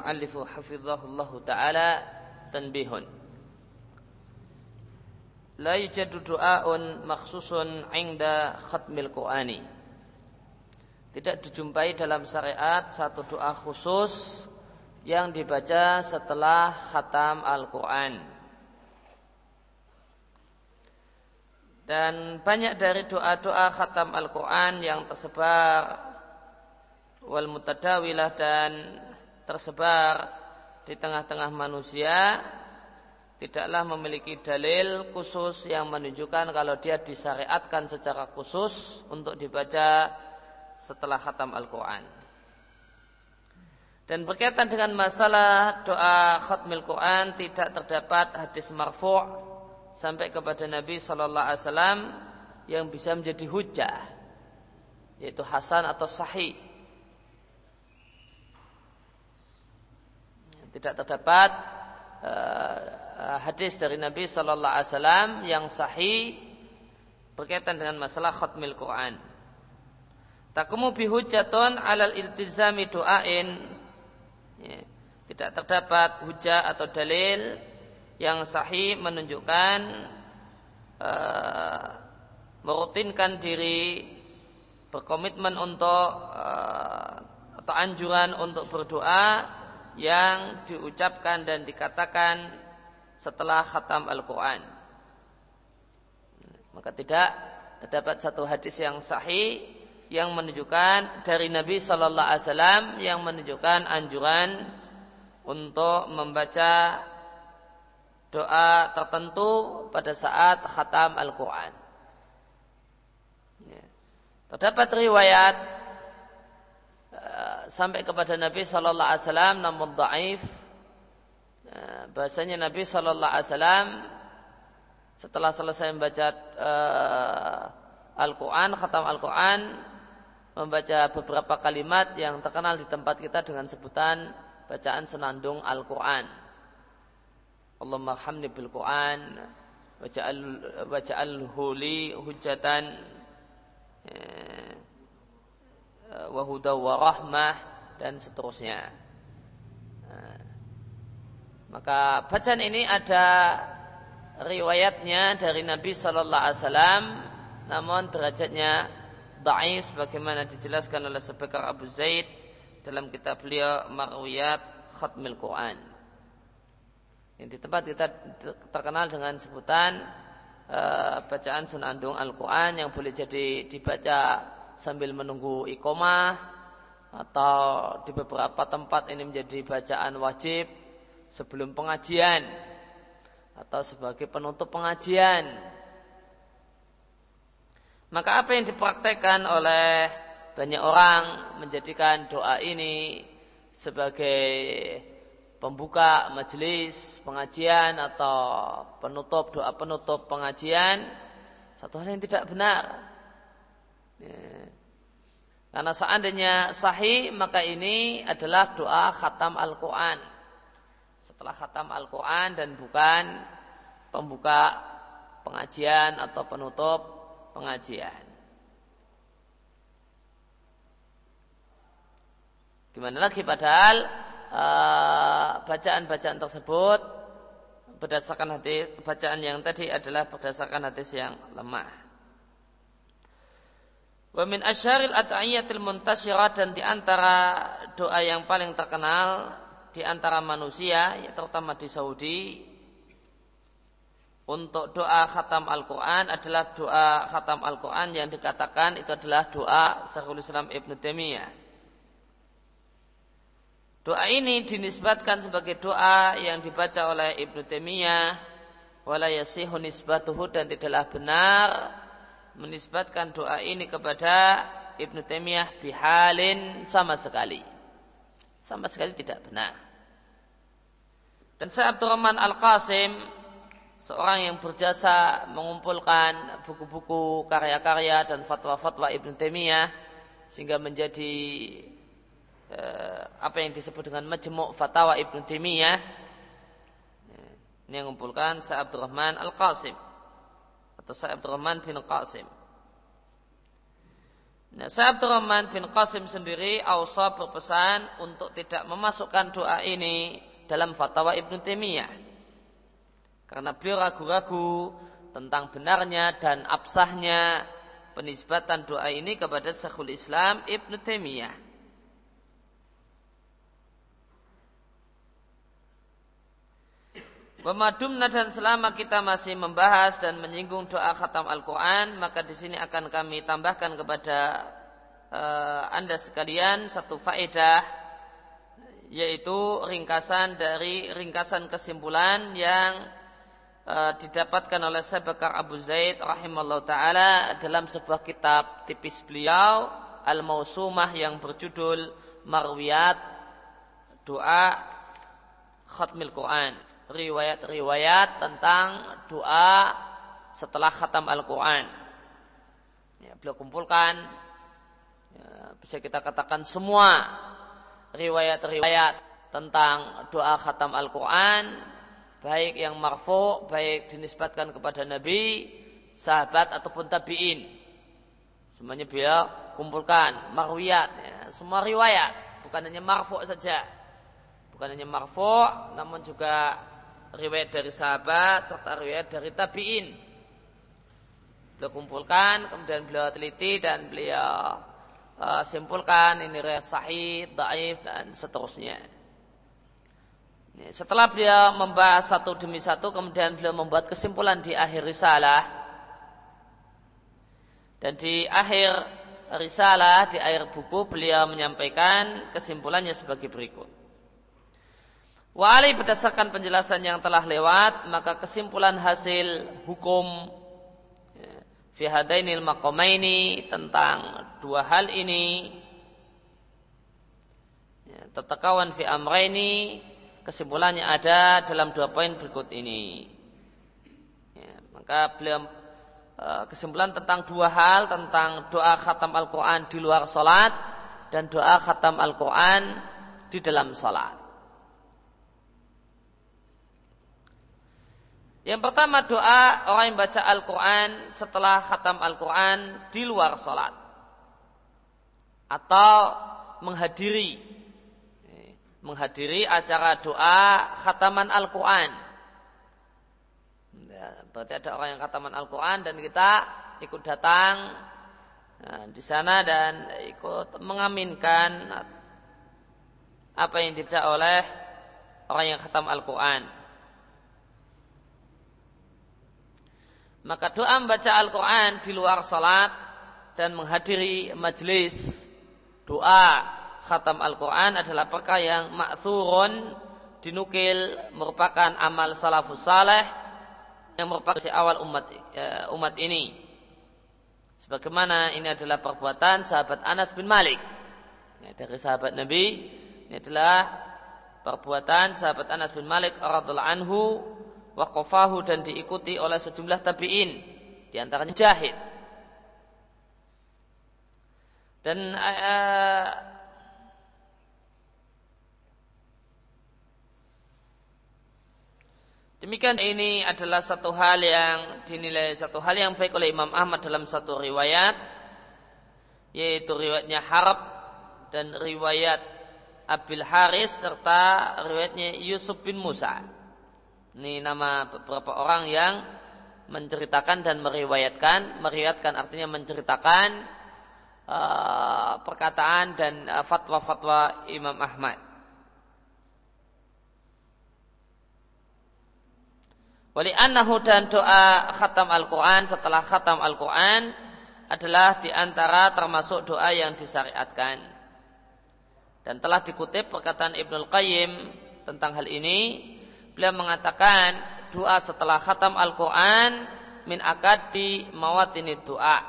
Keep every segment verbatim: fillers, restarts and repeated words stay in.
al-muallifu hafizahullahu ta'ala tanbihun. La yujadu du'aun makhsusun 'inda khatmil Qur'ani. Tidak dijumpai dalam syariat satu doa khusus yang dibaca setelah khatam Al-Qur'an. Dan banyak dari doa-doa khatam Al-Qur'an yang tersebar wal mutadawilah dan tersebar di tengah-tengah manusia tidaklah memiliki dalil khusus yang menunjukkan kalau dia disyariatkan secara khusus untuk dibaca setelah khatam Al-Qur'an. Dan berkaitan dengan masalah doa khatmil Qur'an tidak terdapat hadis marfu' sampai kepada Nabi sallallahu alaihi wasallam yang bisa menjadi hujjah, yaitu hasan atau sahih. Tidak terdapat uh, hadis dari Nabi sallallahu alaihi wasallam yang sahih berkaitan dengan masalah khatmil Qur'an. Takumu bihujjatun 'alal iltizami du'ain. Ya, tidak terdapat hujjah atau dalil yang sahih menunjukkan uh, merutinkan diri berkomitmen untuk uh, atau anjuran untuk berdoa yang diucapkan dan dikatakan setelah khatam Al-Quran. Maka tidak terdapat satu hadis yang sahih yang menunjukkan dari Nabi Sallallahu Alaihi Wasallam yang menunjukkan anjuran untuk membaca doa tertentu pada saat khatam Al-Quran. Terdapat riwayat sampai kepada Nabi sallallahu alaihi wasallam namun dhaif. Bahasanya Nabi sallallahu alaihi wasallam setelah selesai membaca uh, Al-Qur'an, khatam Al-Qur'an, membaca beberapa kalimat yang terkenal di tempat kita dengan sebutan bacaan senandung Al-Qur'an. Allahumma hamni bil Qur'an waja'al waja'alhu li hujjatan wa huda wa rahmah dan seterusnya. Nah, maka bacaan ini ada riwayatnya dari Nabi sallallahu alaihi wasallam namun derajatnya dhaif sebagaimana dijelaskan oleh Sebekar Abu Zaid dalam kitab beliau Marwiyat Khatmil Quran. Yang di tempat kita terkenal dengan sebutan uh, bacaan senandung Al-Quran yang boleh jadi dibaca sambil menunggu iqamah atau di beberapa tempat ini menjadi bacaan wajib sebelum pengajian atau sebagai penutup pengajian. Maka apa yang dipraktekkan oleh banyak orang menjadikan doa ini sebagai pembuka majelis pengajian atau penutup doa penutup pengajian, satu hal yang tidak benar. Ya. Karena seandainya sahih maka ini adalah doa khatam Al-Quran setelah khatam Al-Quran dan bukan pembuka pengajian atau penutup pengajian. Gimana lagi padahal uh, bacaan-bacaan tersebut berdasarkan hadis bacaan yang tadi adalah berdasarkan hadis yang lemah. Wa min asyaril ad'iyatil muntasyirah dan di antara doa yang paling terkenal di antara manusia terutama di Saudi untuk doa khatam Al-Quran adalah doa khatam Al-Quran yang dikatakan itu adalah doa Syekhul Islam Ibnu Taimiyah. Doa ini dinisbatkan sebagai doa yang dibaca oleh Ibnu Taimiyah wala yasihu nisbatuhu dan tidaklah benar menisbatkan doa ini kepada Ibnu Taimiyah bihalin sama sekali. Sama sekali tidak benar. Dan Syekh Abdurrahman Al-Qasim, seorang yang berjasa mengumpulkan buku-buku karya-karya dan fatwa-fatwa Ibnu Taimiyah sehingga menjadi eh, apa yang disebut dengan Majmu' Fatawa Ibnu Taimiyah. Ini yang mengumpulkan Syekh Abdurrahman Al-Qasim atau Syekh Abdurrahman bin Qasim. Nah, Syekh Abdurrahman bin Qasim sendiri ausa berpesan untuk tidak memasukkan doa ini dalam fatwa Ibnu Taimiyah. Karena beliau ragu-ragu tentang benarnya dan absahnya penisbatan doa ini kepada Syekhul Islam Ibnu Taimiyah. Wamadumna, dan selama kita masih membahas dan menyinggung doa khatam Al-Quran, maka di sini akan kami tambahkan kepada uh, Anda sekalian satu faedah, yaitu ringkasan dari ringkasan kesimpulan yang uh, didapatkan oleh Syekh Bakar Abu Zaid rahimallahu taala dalam sebuah kitab tipis beliau Al-Mausumah yang berjudul Marwiyat Doa Khatmil Quran. Riwayat-riwayat tentang doa setelah khatam Al-Quran. Ya, beliau kumpulkan, ya, bisa kita katakan semua riwayat-riwayat tentang doa khatam Al-Quran, baik yang marfu', baik dinisbatkan kepada Nabi, sahabat ataupun tabi'in. Semuanya beliau kumpulkan, marwiyat, ya, semua riwayat, bukan hanya marfu' saja. Bukan hanya marfu', namun juga riwayat dari sahabat serta riwayat dari tabi'in. Beliau kumpulkan, kemudian beliau teliti dan beliau uh, simpulkan ini riwayat sahih, dhaif dan seterusnya. Setelah beliau membahas satu demi satu, kemudian beliau membuat kesimpulan di akhir risalah. Dan di akhir risalah, di akhir buku, beliau menyampaikan kesimpulannya sebagai berikut. Wa alai, berdasarkan penjelasan yang telah lewat, maka kesimpulan hasil hukum ya, fi hadainil maqamaini, tentang dua hal ini, ya, tatakawan fi amraini, kesimpulannya ada dalam dua poin berikut ini. Ya, maka beliau kesimpulan tentang dua hal, tentang doa khatam Al-Quran di luar salat dan doa khatam Al-Quran di dalam salat. Yang pertama, doa orang yang baca Al-Quran setelah khatam Al-Quran di luar salat atau menghadiri menghadiri acara doa khataman Al-Quran. Ya, berarti ada orang yang khataman Al-Quran dan kita ikut datang nah, di sana dan ikut mengaminkan apa yang dibaca oleh orang yang khatam Al-Quran. Maka doa membaca Al-Quran di luar salat dan menghadiri majelis doa khatam Al-Quran adalah perkara yang ma'thurun, dinukil, merupakan amal salafus saleh yang merupakan si awal umat umat ini. Sebagaimana ini adalah perbuatan sahabat Anas bin Malik. Ya, dari sahabat Nabi, ini adalah perbuatan sahabat Anas bin Malik radhiyallahu anhu, waqafahu, dan diikuti oleh sejumlah tabi'in, di antaranya Mujahid. Dan uh, demikian ini adalah satu hal yang dinilai satu hal yang baik oleh Imam Ahmad dalam satu riwayat, yaitu riwayatnya Harb dan riwayat Abil Haris serta riwayatnya Yusuf bin Musa. Ini nama beberapa orang yang menceritakan dan meriwayatkan. Meriwayatkan artinya menceritakan uh, perkataan dan uh, fatwa-fatwa Imam Ahmad. Wali annahu, dan doa khatam Al-Quran setelah khatam Al-Quran adalah diantara termasuk doa yang disyariatkan. Dan telah dikutip perkataan Ibnul Qayyim tentang hal ini. Beliau mengatakan doa setelah khatam Al-Quran min akadi mawatini doa,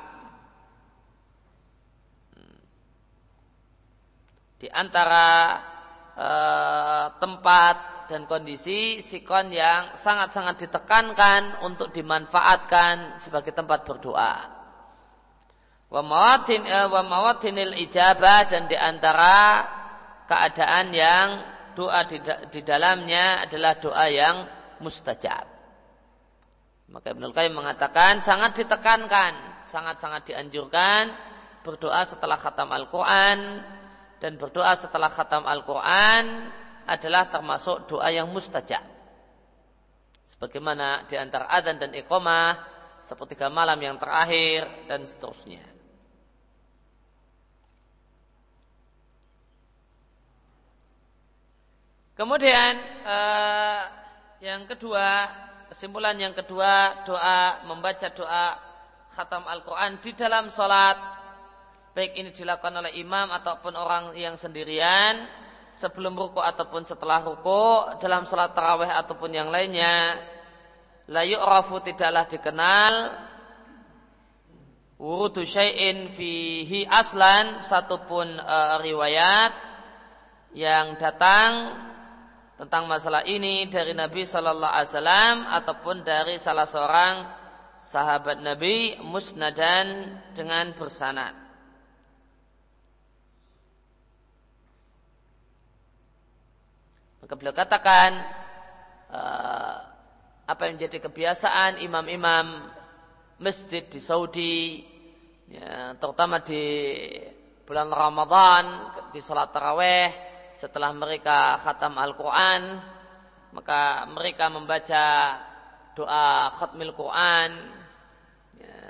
di antara eh, tempat dan kondisi sikon yang sangat-sangat ditekankan untuk dimanfaatkan sebagai tempat berdoa. Wa mawatin eh, wa mawatinil ijabah, dan di antara keadaan yang doa di, di dalamnya adalah doa yang mustajab. Maka Ibnul Qayyim mengatakan sangat ditekankan, sangat-sangat dianjurkan berdoa setelah khatam Al-Quran, dan berdoa setelah khatam Al-Quran adalah termasuk doa yang mustajab. Sebagaimana di antara adzan dan iqamah, sepertiga malam yang terakhir, dan seterusnya. Kemudian eh, yang kedua, kesimpulan yang kedua, doa, membaca doa khatam Al-Quran di dalam sholat, baik ini dilakukan oleh imam ataupun orang yang sendirian, sebelum ruku ataupun setelah ruku, dalam sholat tarawih ataupun yang lainnya, la yu'rafu, tidaklah dikenal, wurudu syai'in fihi aslan, satupun uh, riwayat yang datang tentang masalah ini dari Nabi Sallallahu Alaihi Wasallam ataupun dari salah seorang sahabat Nabi musnadan dengan bersanad. Maka beliau katakan uh, apa yang menjadi kebiasaan imam-imam masjid di Saudi, ya, terutama di bulan Ramadan, di salat tarawih, setelah mereka khatam Al-Quran, maka mereka membaca doa khatmil Quran, ya,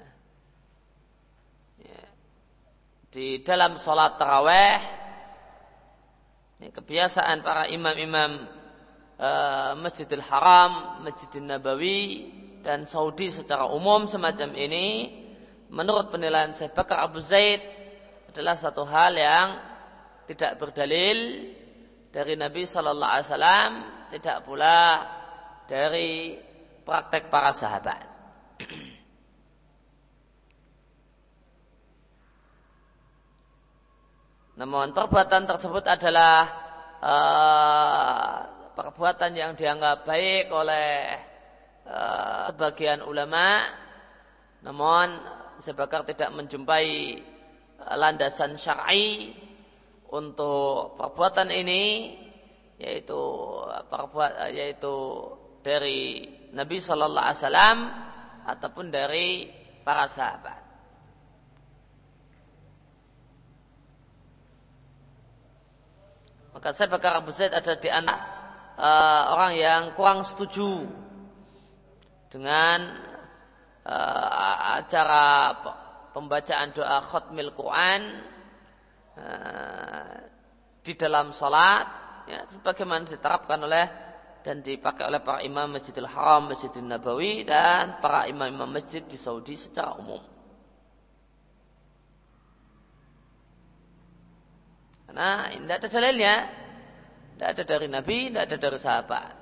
ya, di dalam salat tarawih. Ini kebiasaan para imam-imam uh, Masjidil Haram, Masjidil Nabawi, dan Saudi secara umum semacam ini, menurut penilaian Syekh Bakar Abu Zaid, adalah satu hal yang tidak berdalil dari Nabi Sallallahu Alaihi Wasallam, tidak pula dari praktek para sahabat. Namun perbuatan tersebut adalah uh, perbuatan yang dianggap baik oleh uh, sebagian ulama. Namun Syekh tidak menjumpai uh, landasan syar'i untuk perbuatan ini, yaitu perbuat yaitu dari Nabi Sallallahu Alaihi Wasallam ataupun dari para sahabat. Maka Syekh Bakar Abu Zaid ada di antara uh, orang yang kurang setuju dengan uh, acara pembacaan doa khatmil Quran uh, di dalam salat, ya, sebagaimana diterapkan oleh dan dipakai oleh para imam Masjidil Haram, Masjidil Nabawi, dan para imam-imam masjid di Saudi secara umum. Karena tidak ada dalilnya, tidak ada dari Nabi, tidak ada dari sahabat.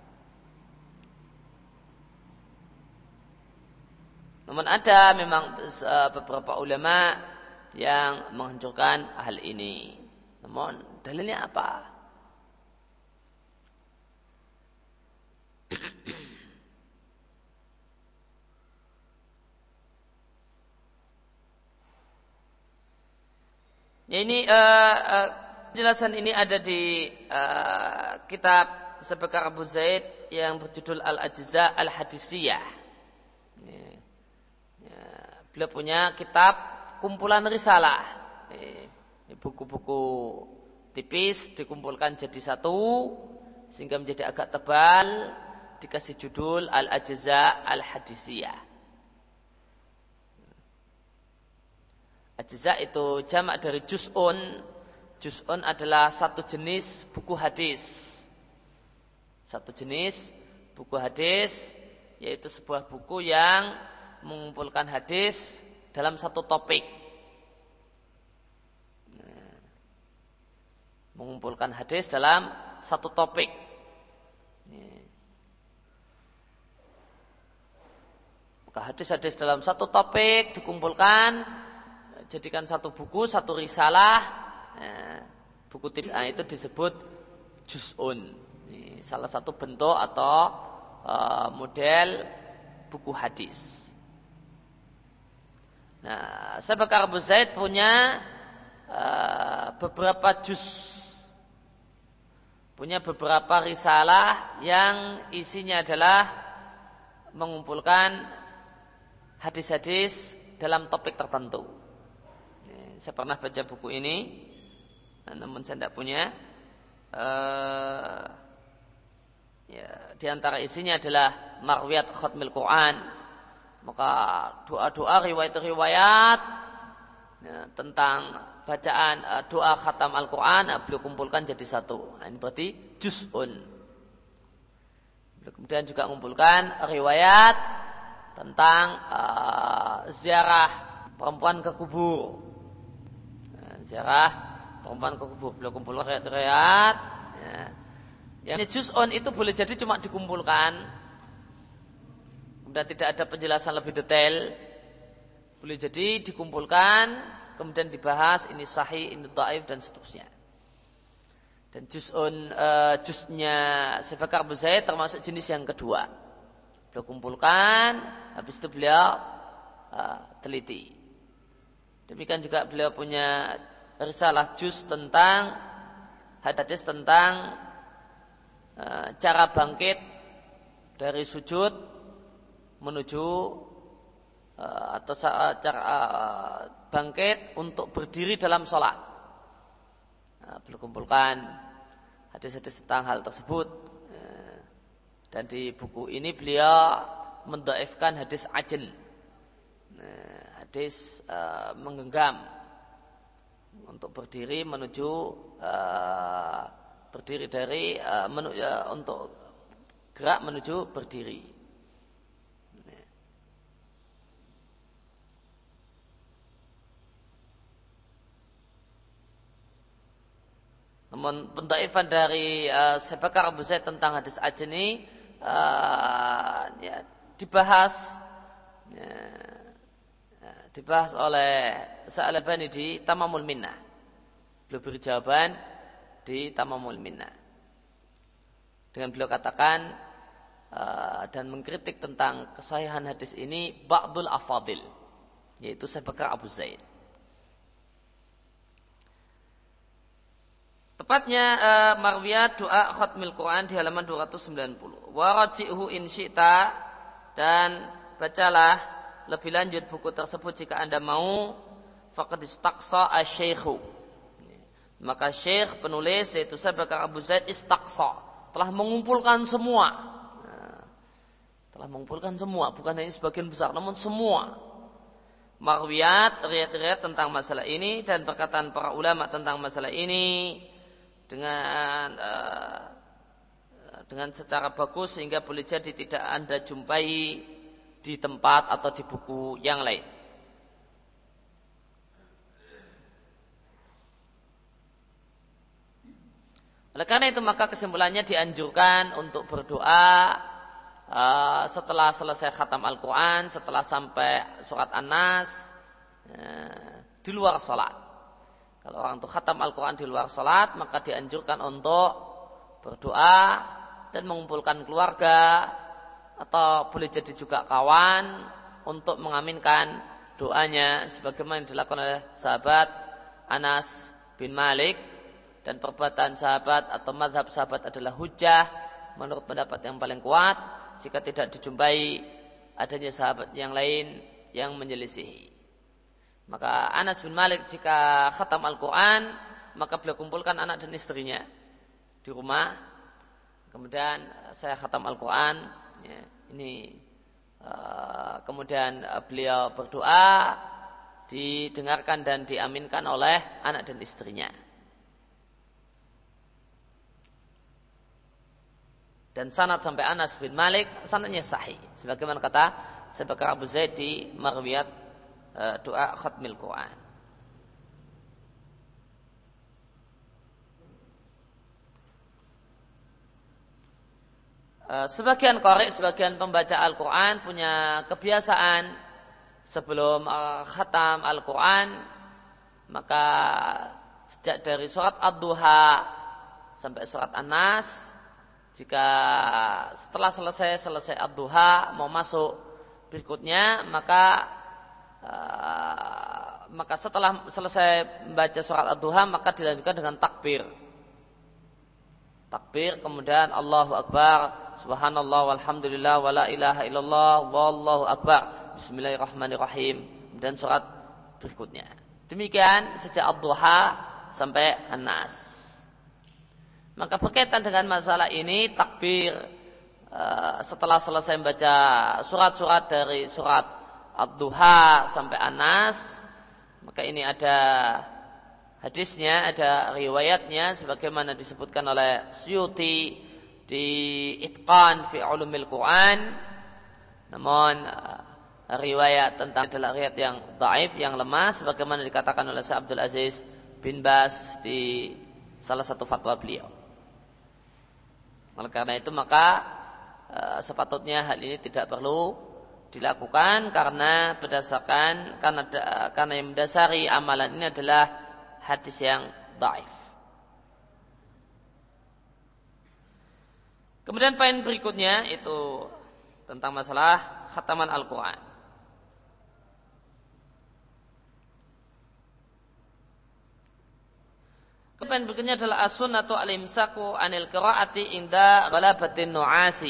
Namun ada memang beberapa ulama yang menghancurkan hal ini. Namun dalilnya apa? Ya, ini uh, uh, penjelasan ini ada di uh, kitab Syekh Bakar Abu Zaid yang berjudul Al-Ajza Al-Hadisiyah. Ya, ya, beliau punya kitab kumpulan risalah, ya, buku-buku tipis dikumpulkan jadi satu sehingga menjadi agak tebal, dikasih judul Al-Ajza Al-Hadisiyah. Ajza itu jamak dari juz'un. Juz'un adalah satu jenis buku hadis. Satu jenis buku hadis, yaitu sebuah buku yang mengumpulkan hadis dalam satu topik. Nah, mengumpulkan hadis dalam satu topik. Maka hadis-hadis dalam satu topik dikumpulkan, jadikan satu buku, satu risalah. Nah, buku tis'ah itu disebut juz'un. Ini salah satu bentuk atau uh, model buku hadis. Nah, Syekh Bakar Abu Zaid punya uh, beberapa juz, punya beberapa risalah yang isinya adalah mengumpulkan hadis-hadis dalam topik tertentu. Saya pernah baca buku ini, namun saya tidak punya. Uh, ya, di antara isinya adalah marwiyat khatmil Quran. Maka doa-doa riwayat-riwayat ya, tentang bacaan uh, doa khatam Al-Quran uh, beliau kumpulkan jadi satu. Nah, ini berarti juz'un. Kemudian juga mengumpulkan riwayat tentang uh, ziarah perempuan ke kubur. Nah, ziarah perempuan ke kubur beliau kumpulkan riwayat. Ya. Yang juz'un itu boleh jadi cuma dikumpulkan. Kemudian tidak ada penjelasan lebih detail. Boleh jadi dikumpulkan, kemudian dibahas ini sahih, ini dhaif dan seterusnya. Dan juz'un uh, juz'nya Syekh Bakar Abu Zaid termasuk jenis yang kedua. Beliau kumpulkan, habis itu beliau uh, teliti. Demikian juga beliau punya risalah juz tentang hadis tentang uh, cara bangkit dari sujud menuju uh, atau cara uh, bangkit untuk berdiri dalam sholat. Uh, beliau kumpulkan hadis-hadis tentang hal tersebut. Uh, dan di buku ini beliau mendhaifkan hadis ajl, uh, hadis uh, menggenggam untuk berdiri menuju uh, berdiri dari uh, menu, uh, untuk gerak menuju berdiri. Namun pendhaifan dari uh, Syekh Bakar Abu Zaid tentang hadis ajl ini uh, ya, dibahas ya, dibahas oleh Sa'alabani di Tamamul Minnah. Beliau beri jawaban di Tamamul Minnah. Dengan beliau katakan uh, dan mengkritik tentang kesahihan hadis ini ba'dul afadil, yaitu Syekh Bakar Abu Zaid. Tepatnya uh, marwiyat doa khatmil Quran di halaman dua ratus sembilan puluh. Wa raji'hu in syi'ta, dan bacalah lebih lanjut buku tersebut jika Anda mau. Faqad istaqsa asy-syaikhu. Maka syekh penulis yaitu Syekh Bakar Abu Zaid istaqsa, telah mengumpulkan semua. Nah, telah mengumpulkan semua, bukan hanya sebagian besar namun semua marwiyat, riwayat-riwayat tentang masalah ini dan perkataan para ulama tentang masalah ini dengan uh, dengan secara bagus sehingga boleh jadi tidak Anda jumpai di tempat atau di buku yang lain. Oleh karena itu maka kesimpulannya dianjurkan untuk berdoa uh, setelah selesai khatam Al-Quran, setelah sampai surat An-Nas uh, di luar sholat. Kalau orang itu khatam Al-Quran di luar sholat, maka dianjurkan untuk berdoa dan mengumpulkan keluarga atau boleh jadi juga kawan untuk mengaminkan doanya sebagaimana yang dilakukan oleh sahabat Anas bin Malik. Dan perbuatan sahabat atau mazhab sahabat adalah hujjah menurut pendapat yang paling kuat jika tidak dijumpai adanya sahabat yang lain yang menyelisihi. Maka Anas bin Malik jika khatam Al-Quran, maka beliau kumpulkan anak dan istrinya di rumah. Kemudian saya khatam Al-Quran, ya, ini uh, kemudian uh, beliau berdoa, didengarkan dan diaminkan oleh anak dan istrinya. Dan sanad sampai Anas bin Malik, sanadnya sahih. Sebagaimana kata Syekh Bakar Abu Zaid di marwiyat uh, doa khatmil Quran. Uh, sebagian qari, sebagian pembaca Al-Quran punya kebiasaan sebelum uh, khatam Al-Quran, maka sejak dari surat Ad-Duha sampai surat An-Nas, jika setelah selesai selesai Ad-Duha mau masuk berikutnya, maka uh, maka setelah selesai membaca surat Ad-Duha maka dilanjutkan dengan takbir. Takbir kemudian Allahu Akbar, subhanallah walhamdulillah wala ilaha illallah wallahu akbar, bismillahirrahmanirrahim, dan surat berikutnya. Demikian sejak ad-duha sampai an-nas. Maka berkaitan dengan masalah ini takbir uh, setelah selesai membaca surat-surat dari surat ad-duha sampai an-nas, maka ini ada hadisnya, ada riwayatnya sebagaimana disebutkan oleh Suyuti di Itqan fi Ulumil Quran. Namun uh, riwayat tentang adalah riwayat yang dhaif, yang lemah sebagaimana dikatakan oleh Syekh Abdul Aziz bin Baz di salah satu fatwa beliau. Oleh karena itu maka e, sepatutnya hal ini tidak perlu dilakukan karena berdasarkan karena karena yang mendasari amalan ini adalah hadis yang dhaif. Kemudian poin berikutnya itu tentang masalah khataman Al-Quran. Kemudian berikutnya adalah as-sunnatu al-imsaku anil qiraati inda ghalabatin nu'asi.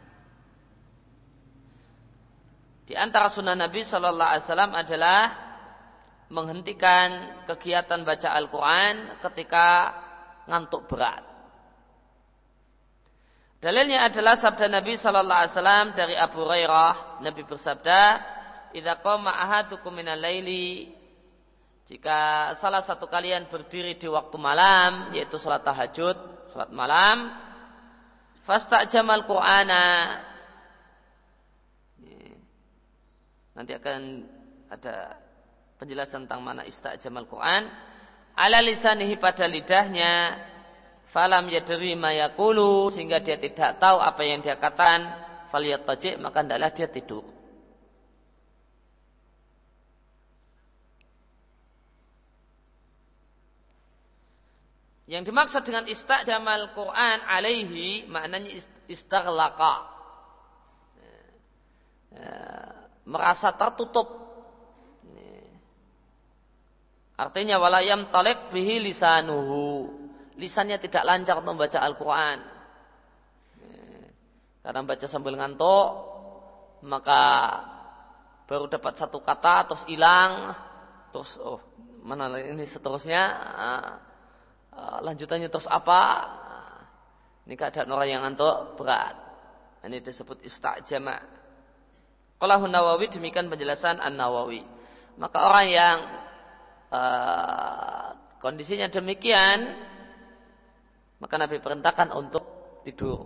Di antara sunnah Nabi sallallahu alaihi wasallam adalah menghentikan kegiatan baca Al-Quran ketika ngantuk berat. Dalilnya adalah sabda Nabi sallallahu alaihi wasallam dari Abu Hurairah. Nabi bersabda, "Idza qama ahadukum minal laili," jika salah satu kalian berdiri di waktu malam, yaitu salat tahajud, salat malam, fasta'jamal Qur'ana. Nanti akan ada penjelasan tentang mana ista'jamal Qur'an. Ala lisanihi, pada lidahnya, falam yadri ma yaqulu, sehingga dia tidak tahu apa yang dia katakan, falyattaji', maka hendaklah dia tidur. Yang dimaksud dengan ista'jamal Quran alaihi maknanya istaghlaqa, merasa tertutup. Artinya wala yamtalik bihi lisanuhu, lisannya tidak lancar untuk membaca Al-Quran. Karena baca sambil ngantuk, maka baru dapat satu kata terus hilang, terus oh mana ini seterusnya, lanjutannya terus apa? Ini keadaan orang yang ngantuk berat. Ini disebut istajama. Qalahu Nawawi, demikian penjelasan An-Nawawi. Maka orang yang uh, kondisinya demikian, maka Nabi perintahkan untuk tidur.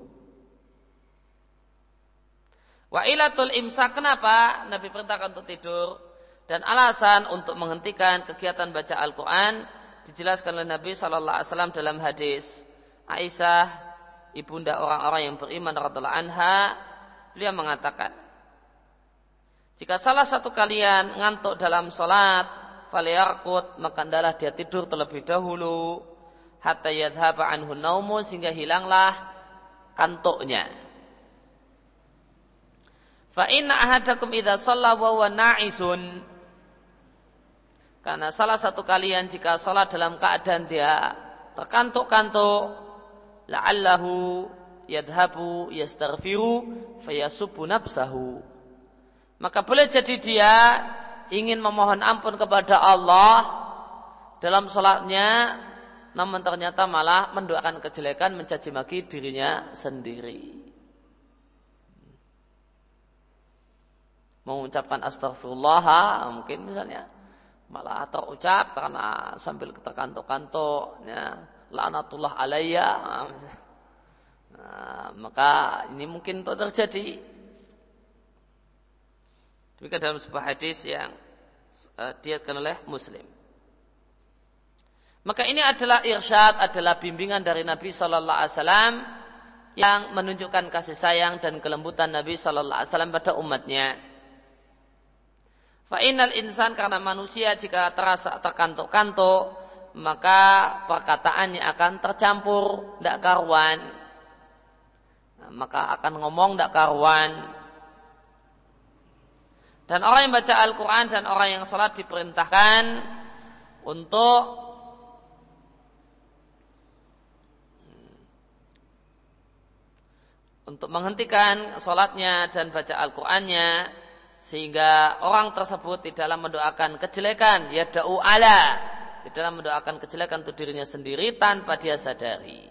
Wa ilatul imsak, kenapa Nabi perintahkan untuk tidur? Dan alasan untuk menghentikan kegiatan baca Al-Quran dijelaskan oleh Nabi sallallahu alaihi wasallam dalam hadis Aisyah, ibunda orang-orang yang beriman radhiyallahu anha, beliau mengatakan, jika salah satu kalian ngantuk dalam salat, falyarqud, maka hendaklah dia tidur terlebih dahulu, hatta yadhhaba anhu naumu, sehingga hilanglah kantuknya. Fa inna ahadakum idza shalla wa huwa na'isun, karena salah satu kalian jika salat dalam keadaan dia terkantuk-kantuk, la'allahu yadhabu yastaghfiru fayasubbu nafsahu, maka boleh jadi dia ingin memohon ampun kepada Allah dalam salatnya, namun ternyata malah mendoakan kejelekan, mencaci maki dirinya sendiri. Mengucapkan astaghfirullah mungkin misalnya malah terucap karena sambil terkantuk-kantuk, ya, laknatullah alayya, nah, maka ini mungkin terjadi. Demikian dalam sebuah hadis yang uh, diriwayatkan oleh Muslim. Maka ini adalah irsyad, adalah bimbingan dari Nabi sallallahu alaihi wasallam yang menunjukkan kasih sayang dan kelembutan Nabi sallallahu alaihi wasallam pada umatnya. Fa'inal insan, karena manusia jika terasa terkantuk-kantuk, maka perkataannya akan tercampur, tidak karuan. Nah, maka akan ngomong tidak karuan. Dan orang yang baca Al-Quran dan orang yang salat diperintahkan untuk untuk menghentikan salatnya dan baca Al-Qurannya sehingga orang tersebut tidaklah mendoakan kejelekan, yad'u ala, tidaklah mendoakan kejelekan untuk dirinya sendiri tanpa dia sadari.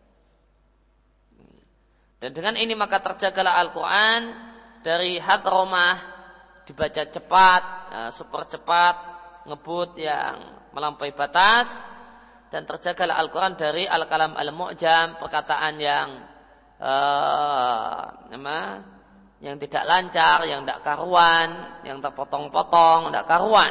Dan dengan ini maka terjagalah Al-Quran dari hadromah, dibaca cepat, super cepat, ngebut yang melampaui batas, dan terjagalah Al-Quran dari al-kalam al-mu'jam, perkataan yang uh, nama, yang tidak lancar, yang tidak karuan, yang terpotong-potong, tidak karuan.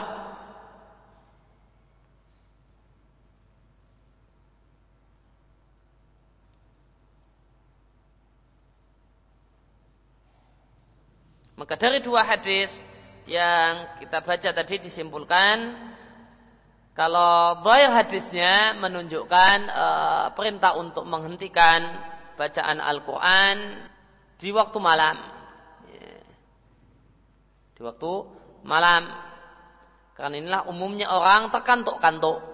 Maka dari dua hadis yang kita baca tadi disimpulkan, kalau zahir hadisnya menunjukkan e, perintah untuk menghentikan bacaan Al-Quran di waktu malam, ya. Di waktu malam, karena inilah umumnya orang terkantuk-kantuk.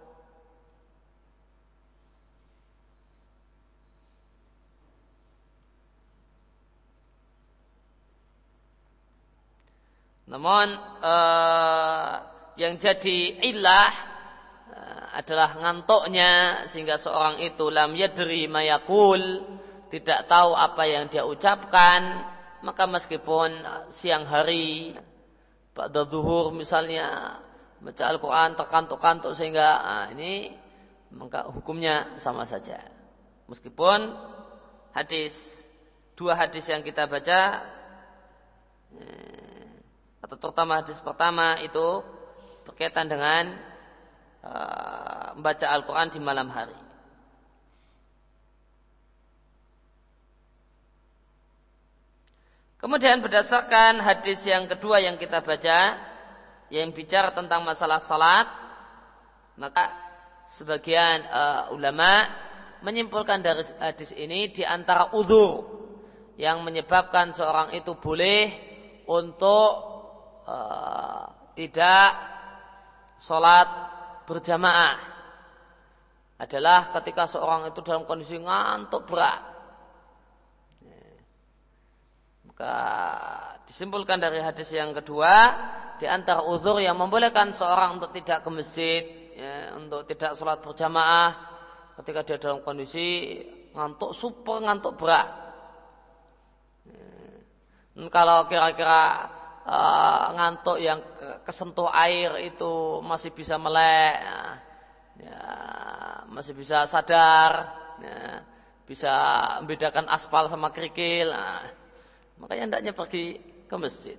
Namun eh, yang jadi illah eh, adalah ngantuknya, sehingga seorang itu lam yadri ma yaqul, tidak tahu apa yang dia ucapkan. Maka meskipun siang hari ba'da zuhur misalnya baca Al-Quran terkantuk-kantuk sehingga ah, ini maka hukumnya sama saja. Meskipun hadis dua hadis yang kita baca eh, atau terutama hadis pertama itu berkaitan dengan uh, membaca Al-Quran di malam hari. Kemudian berdasarkan hadis yang kedua yang kita baca, yang bicara tentang masalah salat, maka sebagian uh, ulama menyimpulkan dari hadis ini di antara uzur yang menyebabkan seorang itu boleh untuk Uh, tidak sholat berjamaah adalah ketika seorang itu dalam kondisi ngantuk berat. Maka disimpulkan dari hadis yang kedua, di antara uzur yang membolehkan seorang untuk tidak ke masjid, ya, untuk tidak sholat berjamaah ketika dia dalam kondisi ngantuk, super ngantuk berat. Ya. Kalau kira-kira Uh, ngantuk yang kesentuh air itu masih bisa melek, ya, ya, masih bisa sadar, ya, bisa membedakan aspal sama kerikil, nah, makanya hendaknya pergi ke masjid.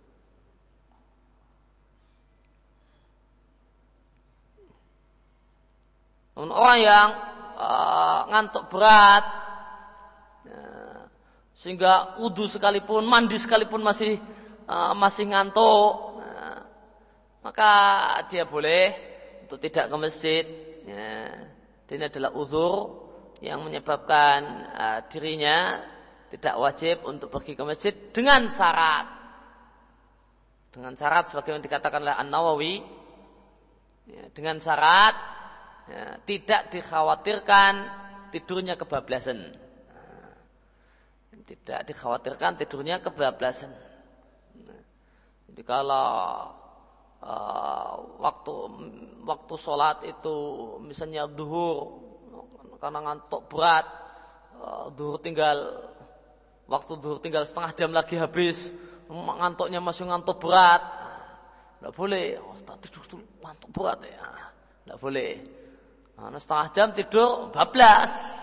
Orang yang uh, ngantuk berat, ya, sehingga wudu sekalipun, mandi sekalipun masih Uh, masih ngantuk, nah, maka dia boleh untuk tidak ke masjid, ya. Ini adalah uzur yang menyebabkan uh, dirinya tidak wajib untuk pergi ke masjid dengan syarat, dengan syarat sebagaimana dikatakan oleh An-Nawawi, ya, dengan syarat ya, tidak dikhawatirkan tidurnya kebablasan, nah, tidak dikhawatirkan tidurnya kebablasan. Jadi kalau uh, waktu waktu sholat itu misalnya duhur karena ngantuk berat, uh, duhur tinggal waktu duhur tinggal setengah jam lagi habis, ngantuknya masih ngantuk berat, nggak boleh. Oh, tak tidur dulu, ngantuk berat ya, nggak boleh. Nah, setengah jam tidur bablas.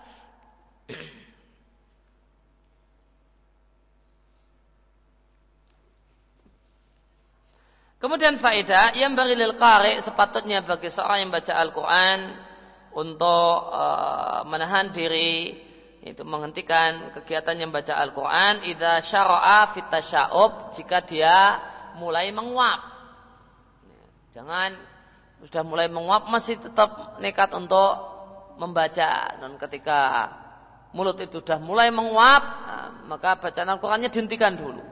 Kemudian faedah yang bagi lil qari, sepatutnya bagi seorang yang baca Al-Quran untuk uh, menahan diri, itu menghentikan kegiatan yang baca Al-Quran idza syara'a fit tasya'ub, jika dia mulai menguap. Jangan sudah mulai menguap masih tetap nekat untuk membaca, dan ketika mulut itu sudah mulai menguap, nah, maka bacaan Al-Qurannya dihentikan dulu.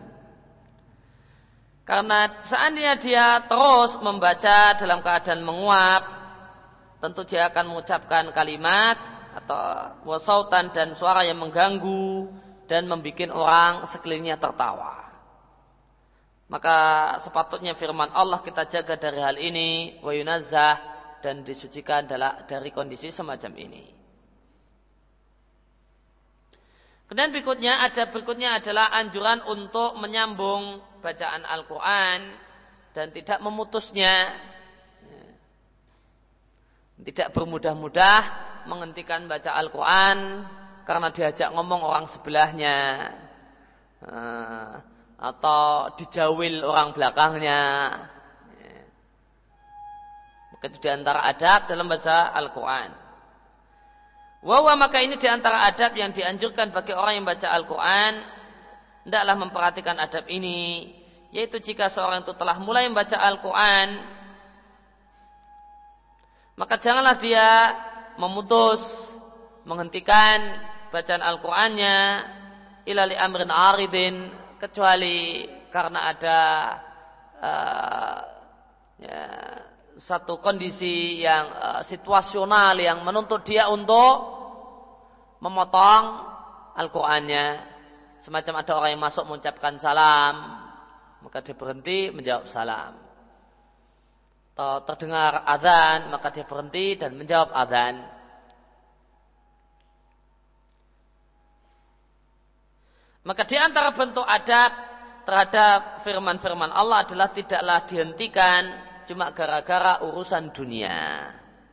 Karena seandainya dia terus membaca dalam keadaan menguap, tentu dia akan mengucapkan kalimat atau wasautan dan suara yang mengganggu dan membuat orang sekelilingnya tertawa. Maka sepatutnya firman Allah kita jaga dari hal ini, wa yunazzah, dan disucikan dari kondisi semacam ini. Kemudian berikutnya ada berikutnya adalah anjuran untuk menyambung bacaan Al-Quran dan tidak memutusnya, tidak bermudah-mudah menghentikan baca Al-Quran karena diajak ngomong orang sebelahnya atau dijawil orang belakangnya. Maka itu diantara adab dalam baca Al-Quran. Wawa, maka ini diantara adab yang dianjurkan bagi orang yang baca Al-Quran, hendaklah memperhatikan adab ini, yaitu jika seorang itu telah mulai membaca Al-Quran, maka janganlah dia memutus, menghentikan bacaan Al-Qurannya ila li amrin aridin, kecuali karena ada uh, ya, satu kondisi yang uh, situasional yang menuntut dia untuk memotong Al-Qurannya. Semacam ada orang yang masuk mengucapkan salam, maka dia berhenti menjawab salam. Atau terdengar azan, maka dia berhenti dan menjawab azan. Maka di antara bentuk adab terhadap firman-firman Allah adalah tidaklah dihentikan cuma gara-gara urusan dunia.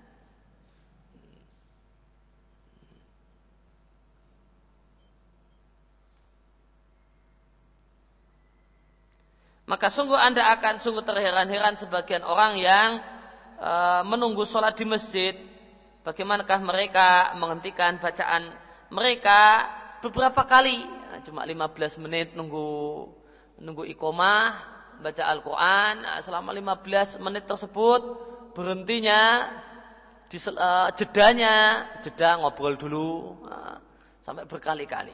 Maka sungguh Anda akan sungguh terheran-heran sebagian orang yang e, menunggu sholat di masjid. Bagaimanakah mereka menghentikan bacaan mereka beberapa kali, cuma lima belas menit nunggu nunggu iqomah baca Al-Quran. Selama lima belas menit tersebut berhentinya di uh, jedanya jeda ngobrol dulu uh, sampai berkali-kali.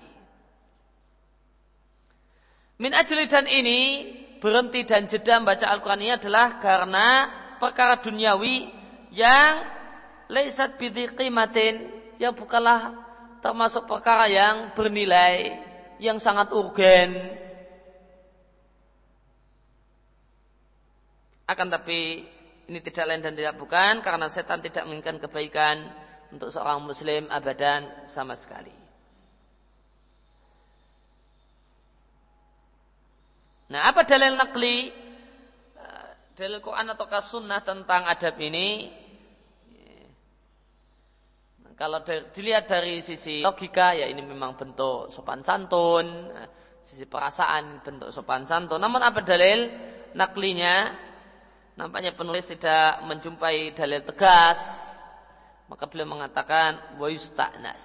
Min ajli, dan ini berhenti dan jeda membaca Al-Quran ini adalah karena perkara duniawi yang laisat bidhi qimatin, yang bukanlah termasuk perkara yang bernilai, yang sangat urgen. Akan tapi ini tidak lain dan tidak bukan karena setan tidak menginginkan kebaikan untuk seorang muslim abadan sama sekali. Nah, apa dalil naqli, dalil Quran ataukah sunnah tentang adab ini? Kalau dilihat dari sisi logika, ya ini memang bentuk sopan santun, sisi perasaan bentuk sopan santun. Namun apa dalil naklinya? Nampaknya penulis tidak menjumpai dalil tegas, maka beliau mengatakan wa yusta'nas.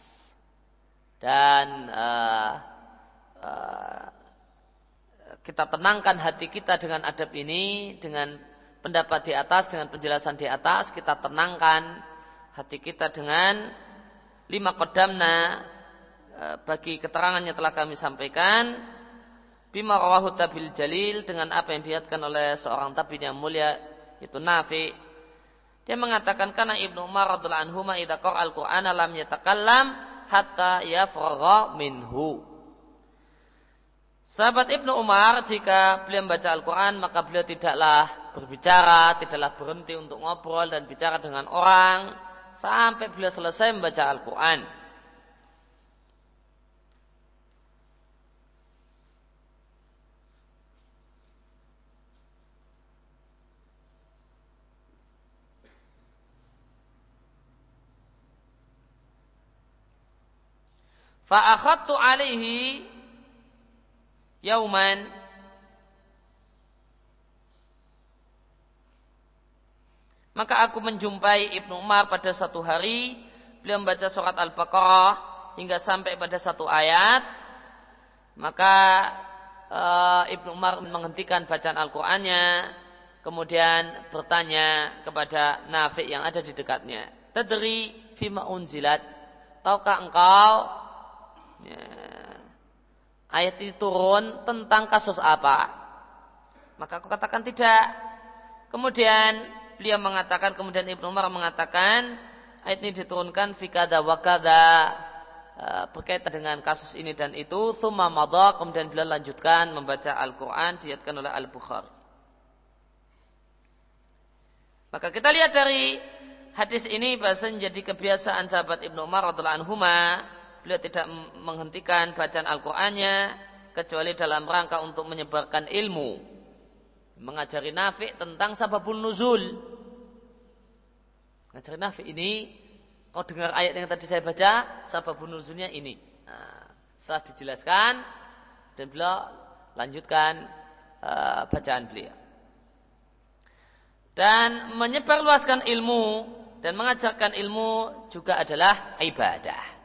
Dan uh, uh, kita tenangkan hati kita dengan adab ini, dengan pendapat di atas, dengan penjelasan di atas, kita tenangkan hati kita dengan lima qadamna, bagi keterangan yang telah kami sampaikan, bima rawahu tabil jalil, dengan apa yang diriwayatkan oleh seorang tabi'in yang mulia, itu Nafi. Dia mengatakan karena Ibnu Umar radhiyallahu anhu idza qara'a al-Qur'ana lam yatakallam hatta yafragha minhu. Sahabat Ibnu Umar jika beliau membaca Al-Quran maka beliau tidaklah berbicara, tidaklah berhenti untuk ngobrol dan bicara dengan orang sampai beliau selesai membaca Al-Quran. Fa akhadtu alaihi yauman, maka aku menjumpai Ibnu Umar pada satu hari, beliau membaca surat Al-Baqarah hingga sampai pada satu ayat. Maka e, Ibnu Umar menghentikan bacaan Al-Qur'annya, kemudian bertanya kepada Nafi' yang ada di dekatnya, tadri fima unzilat, tahukah engkau ya, ayat itu turun tentang kasus apa? Maka aku katakan tidak. Kemudian beliau mengatakan, kemudian Ibnu Umar mengatakan, ayat ini diturunkan fi kada wa kada, uh, berkaitan dengan kasus ini dan itu. Tsumma madha, kemudian beliau lanjutkan membaca Al-Quran, diriwayatkan oleh Al-Bukhari. Maka kita lihat dari hadis ini bahasa menjadi kebiasaan sahabat Ibnu Umar radhiyallahu anhuma, beliau tidak menghentikan bacaan Al-Qur'annya kecuali dalam rangka untuk menyebarkan ilmu, mengajari Nafi' tentang sababun nuzul. Mengajari Nafi' ini, kau dengar ayat yang tadi saya baca, sababun nuzulnya ini. Nah, setelah dijelaskan dan beliau lanjutkan uh, bacaan beliau. Dan menyebarluaskan ilmu dan mengajarkan ilmu juga adalah ibadah.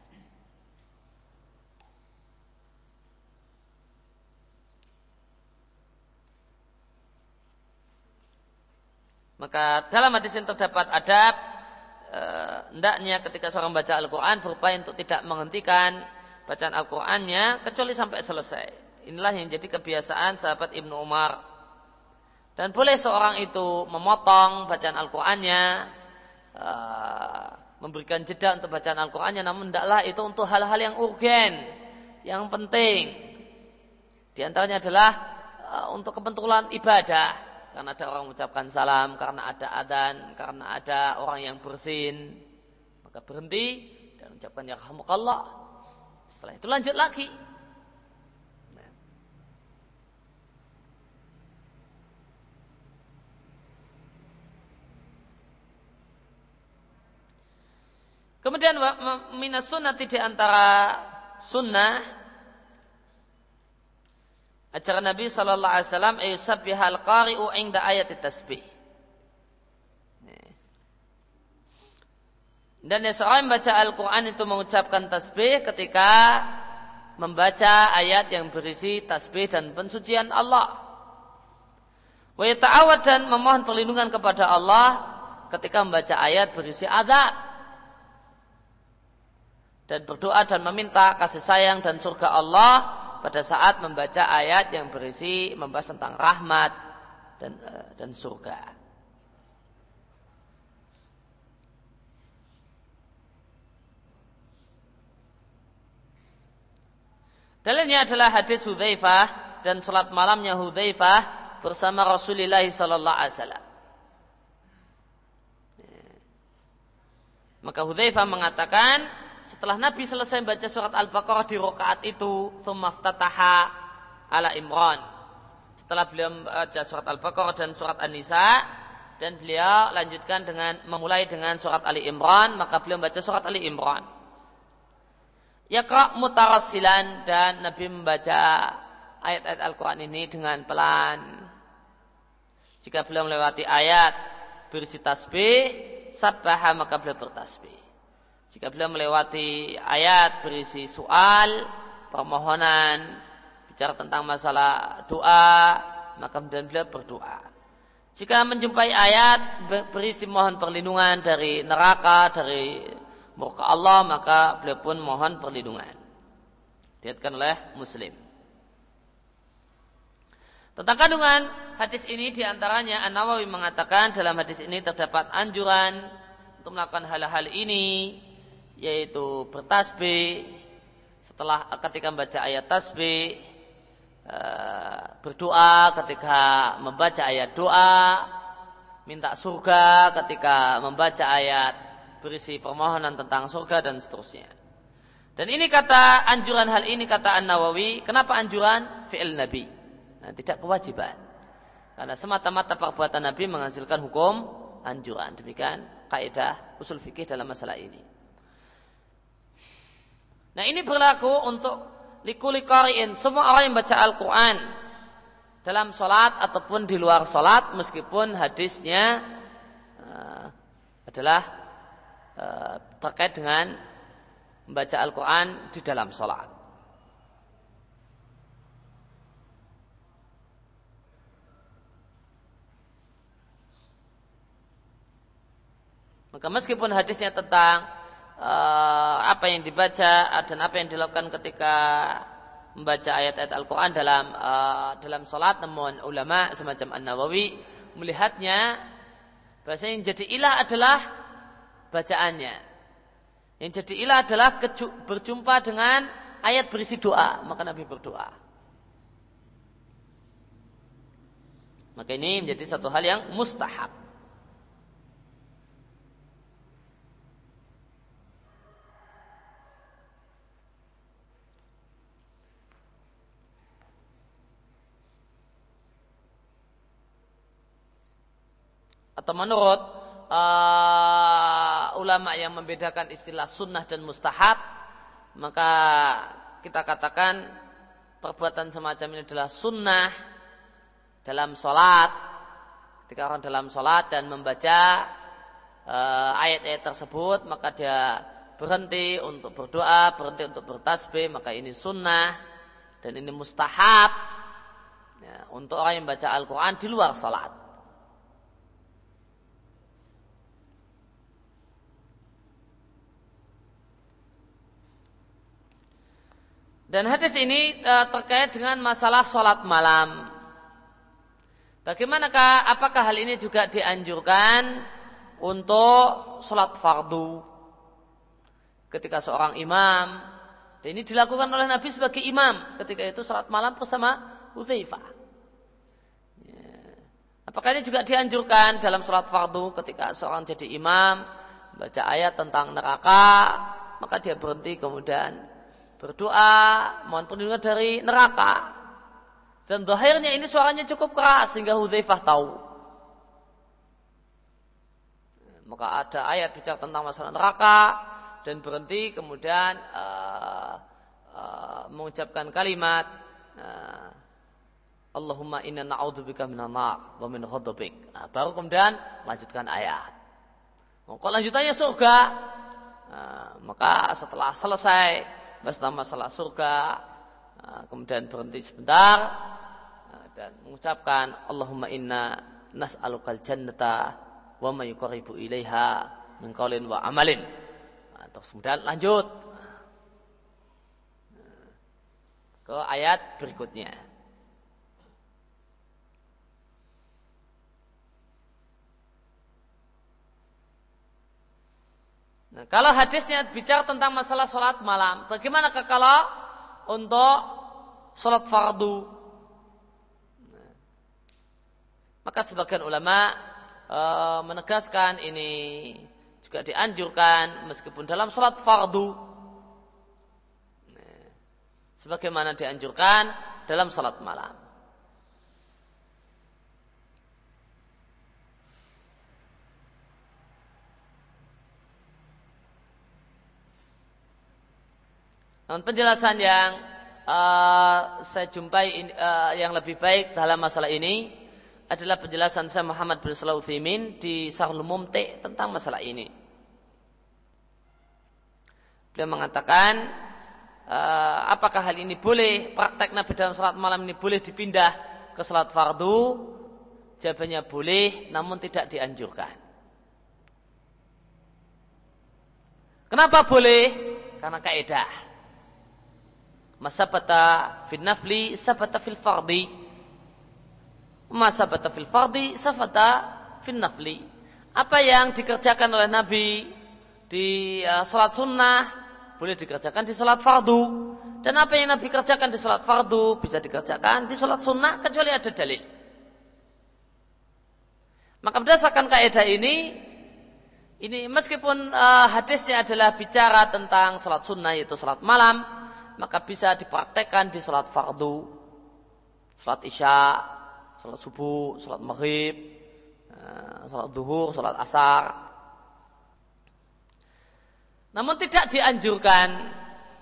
Maka dalam hadis ini terdapat adab eh, hendaknya ketika seorang baca Al-Quran berupaya untuk tidak menghentikan bacaan Al-Qurannya kecuali sampai selesai. Inilah yang jadi kebiasaan sahabat Ibnu Umar. Dan boleh seorang itu memotong bacaan Al-Qurannya, eh, memberikan jeda untuk bacaan Al-Qurannya, namun hendaklah itu untuk hal-hal yang urgen, yang penting. Di antaranya adalah eh, untuk kepentingan ibadah. Karena ada orang mengucapkan salam, karena ada adzan, karena ada orang yang bersin, maka berhenti dan mengucapkan yarhamukallah. Setelah itu lanjut lagi. Nah. Kemudian minas sunnati di antara sunnah ajaran Nabi sallallahu alaihi wasallam ayusabbihal qari'u 'inda ayati tasbih. Dan yang seorang membaca Al-Quran itu mengucapkan tasbih ketika membaca ayat yang berisi tasbih dan pensucian Allah. Wa yata'awad, dan memohon perlindungan kepada Allah ketika membaca ayat berisi azab. Dan berdoa dan meminta kasih sayang dan surga Allah pada saat membaca ayat yang berisi membahas tentang rahmat dan dan surga. Dalilnya adalah hadis Hudzaifah dan salat malamnya Hudzaifah bersama Rasulullah sallallahu alaihi wasallam. Maka Hudzaifah mengatakan, setelah Nabi selesai baca surat Al-Baqarah di rakaat itu, tsumma ftataha ala Imran. Setelah beliau membaca surat Al-Baqarah dan surat An-Nisa, dan beliau lanjutkan dengan memulai dengan surat Ali Imran, maka beliau membaca surat Ali Imran. Yaqra' mutarassilan, dan Nabi membaca ayat-ayat Al-Quran ini dengan pelan. Jika beliau melewati ayat berisi tasbih, sabbaha, maka beliau bertasbih. Jika beliau melewati ayat berisi soal, permohonan, bicara tentang masalah doa, maka kemudian beliau berdoa. Jika menjumpai ayat berisi mohon perlindungan dari neraka, dari murka Allah, maka beliau pun mohon perlindungan. Diriwayatkan oleh Muslim. Tentang kandungan hadis ini diantaranya An-Nawawi mengatakan dalam hadis ini terdapat anjuran untuk melakukan hal-hal ini, yaitu bertasbih setelah ketika membaca ayat tasbih, berdoa ketika membaca ayat doa, minta surga ketika membaca ayat berisi permohonan tentang surga dan seterusnya. Dan ini kata anjuran hal ini kata An-Nawawi, kenapa anjuran? Fi'il Nabi. Nah, tidak kewajiban. Karena semata-mata perbuatan Nabi menghasilkan hukum anjuran. Demikian kaidah usul fikih dalam masalah ini. Nah, ini berlaku untuk likuli qari'in, semua orang yang baca Al-Quran dalam sholat ataupun di luar sholat, meskipun hadisnya uh, adalah uh, terkait dengan membaca Al-Quran di dalam sholat. Maka meskipun hadisnya tentang Uh, apa yang dibaca dan apa yang dilakukan ketika membaca ayat-ayat Al-Quran dalam uh, dalam sholat, namun ulama semacam An-Nawawi melihatnya bahasa yang jadi ilah adalah bacaannya. Yang jadi ilah adalah keju- berjumpa dengan ayat berisi doa, maka Nabi berdoa. Maka ini menjadi satu hal yang mustahab. Atau menurut uh, ulama yang membedakan istilah sunnah dan mustahab, maka kita katakan perbuatan semacam ini adalah sunnah dalam sholat, ketika orang dalam sholat dan membaca uh, ayat-ayat tersebut, maka dia berhenti untuk berdoa, berhenti untuk bertasbih, maka ini sunnah. Dan ini mustahab ya, untuk orang yang baca Al-Quran di luar sholat. Dan hadis ini uh, terkait dengan masalah sholat malam. Bagaimanakah, apakah hal ini juga dianjurkan untuk sholat fardu? Ketika seorang imam, dan ini dilakukan oleh Nabi sebagai imam, ketika itu sholat malam bersama Hudzaifah. Ya. Apakah ini juga dianjurkan dalam sholat fardu ketika seorang jadi imam, baca ayat tentang neraka, maka dia berhenti kemudian berdoa, mohon perlindungan dari neraka. Dan zahirnya ini suaranya cukup keras sehingga Hudzaifah tahu. Maka ada ayat bicara tentang masalah neraka dan berhenti kemudian uh, uh, mengucapkan kalimat uh, Allahumma inna na'udzubika minan nar wa min ghadabik. Nah, baru kemudian lanjutkan ayat. Kalau lanjutannya surga, nah, maka setelah selesai bahas masalah surga, kemudian berhenti sebentar dan mengucapkan Allahumma inna nas'alukal jannata wa ma yuqarribu ilaiha min qaulin wa amalin. Terus kemudian lanjut ke ayat berikutnya. Nah, kalau hadisnya bicara tentang masalah sholat malam, bagaimana kalau untuk sholat fardu? Nah, maka sebagian ulama e, menegaskan ini juga dianjurkan meskipun dalam sholat fardu. Nah, sebagaimana dianjurkan dalam sholat malam. Namun penjelasan yang uh, saya jumpai uh, yang lebih baik dalam masalah ini adalah penjelasan Syekh Muhammad bin Shalih Al-Utsaimin di Syarhul Mumti' tentang masalah ini. Beliau mengatakan uh, apakah hal ini boleh, praktek Nabi dalam salat malam ini boleh dipindah ke salat fardu? Jawabannya boleh, namun tidak dianjurkan. Kenapa boleh? Karena kaidah masabata fil nafli sabata fil fardi, masabata fil fardi sabata fil nafli. Apa yang dikerjakan oleh Nabi di uh, salat sunnah boleh dikerjakan di salat fardu, dan apa yang Nabi kerjakan di salat fardu bisa dikerjakan di salat sunnah kecuali ada dalil. Maka berdasarkan kaidah ini, ini meskipun uh, hadisnya adalah bicara tentang salat sunnah yaitu salat malam, maka bisa dipraktekkan di salat fardu, salat isya, salat subuh, salat maghrib, salat duhur, salat asar. Namun tidak dianjurkan,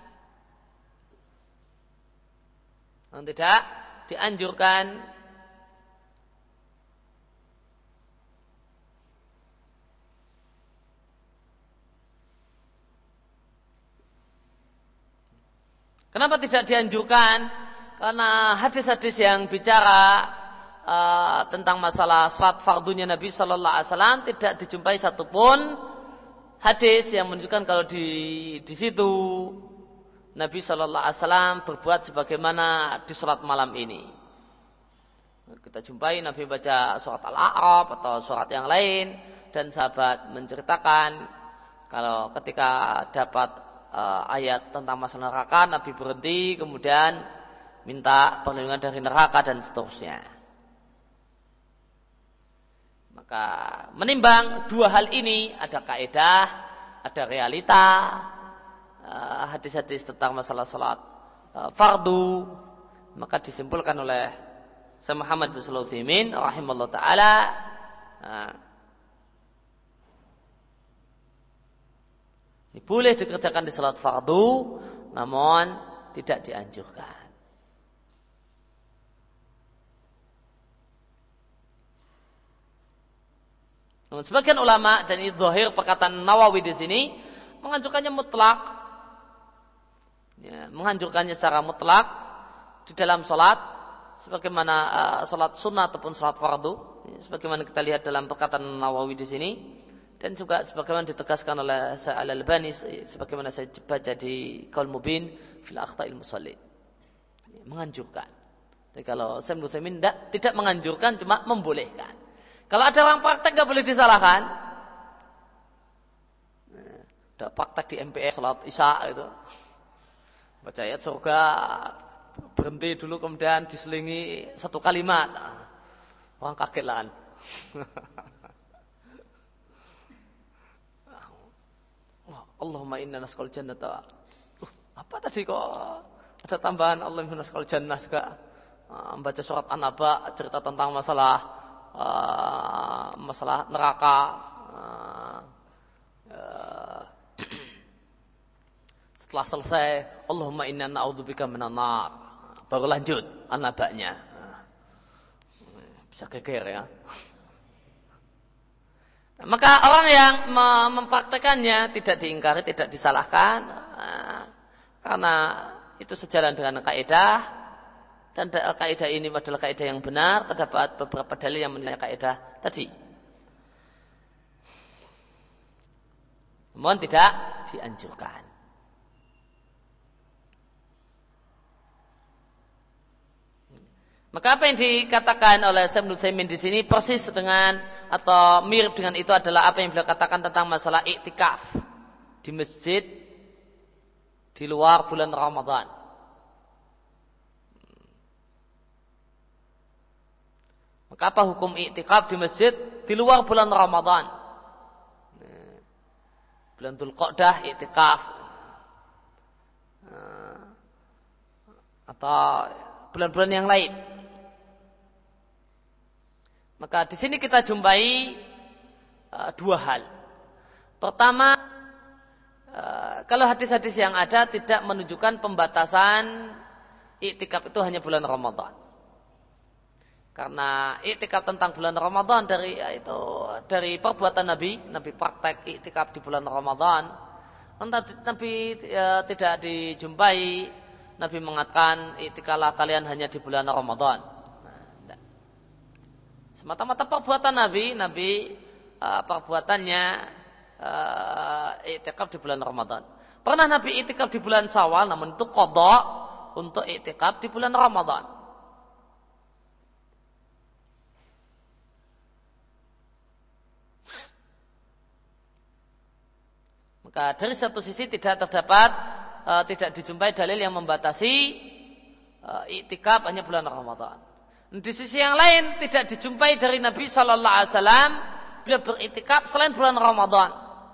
namun tidak dianjurkan Kenapa tidak dianjurkan? Karena hadis-hadis yang bicara uh, tentang masalah salat fardunya Nabi Sallallahu Alaihi Wasallam tidak dijumpai satupun hadis yang menunjukkan kalau di di situ Nabi Sallallahu Alaihi Wasallam berbuat sebagaimana di salat malam ini. Kita jumpai Nabi baca surat Al-A'raf atau surat yang lain dan sahabat menceritakan Kalau ketika dapat uh, ayat tentang masalah neraka, Nabi berhenti, kemudian minta perlindungan dari neraka dan seterusnya. Maka menimbang dua hal ini, ada kaidah, ada realita, uh, hadis-hadis tentang masalah salat uh, fardu, maka disimpulkan oleh Syekh Muhammad bin Shalih Al-Utsaimin rahimahullah taala, uh, ini boleh dikerjakan di salat fardu, namun tidak dianjurkan. Namun sebagian ulama, dan ini zahir perkataan Nawawi di sini, menganjurkannya mutlak, ya, menganjurkannya secara mutlak di dalam salat, sebagaimana uh, salat sunnah ataupun salat fardu, ya, sebagaimana kita lihat dalam perkataan Nawawi di sini. Dan juga sebagaimana ditegaskan oleh Syekh Al-Albani, sebagaimana saya baca di Qaul Mubin fil Akhta'il Musalli, menganjurkan. Jadi kalau Syekh Utsaimin tidak, tidak menganjurkan, cuma membolehkan. Kalau ada orang praktek nggak boleh disalahkan. Ada praktek di M P S salat Isya itu, baca ayat surga, berhenti dulu kemudian diselingi satu kalimat, orang kaget lah. Allahumma inna nas'alul jannata. Uh, apa tadi kok ada tambahan Allahumma nas'alul jannah juga? Uh, membaca surat An-Naba, cerita tentang masalah uh, masalah neraka. Uh, uh, setelah selesai Allahumma inna na'udzubika minan nar. Baru lanjut An-Naba'nya. Uh, bisa geger ya. Maka orang yang mempraktekannya tidak diingkari, tidak disalahkan, karena itu sejalan dengan kaidah, dan kaidah ini adalah kaidah yang benar. Terdapat beberapa dalil yang menilai kaidah tadi, namun tidak dianjurkan. Maka apa yang dikatakan oleh Syekh Utsaimin di sini persis dengan atau mirip dengan itu adalah apa yang beliau katakan tentang masalah iktikaf di masjid di luar bulan Ramadan. Maka apa hukum iktikaf di masjid di luar bulan Ramadan? Bulan Dzulqa'dah iktikaf, atau bulan-bulan yang lain. Maka di sini kita jumpai uh, dua hal. Pertama, uh, kalau hadis-hadis yang ada tidak menunjukkan pembatasan iktikaf itu hanya bulan Ramadan. Karena iktikaf tentang bulan Ramadan dari itu dari perbuatan Nabi, Nabi praktek iktikaf di bulan Ramadan. Nabi uh, tidak dijumpai Nabi mengatakan iktikaflah kalian hanya di bulan Ramadan. Semata-mata perbuatan Nabi, Nabi uh, perbuatannya uh, iktikaf di bulan Ramadan. Pernah Nabi iktikaf di bulan Syawal, namun itu qadha untuk iktikaf di bulan Ramadan. Maka dari satu sisi tidak terdapat, uh, tidak dijumpai dalil yang membatasi uh, iktikaf hanya bulan Ramadan. Di sisi yang lain tidak dijumpai dari Nabi Sallallahu Alaihi Wasallam beliau beriktikaf selain bulan Ramadan.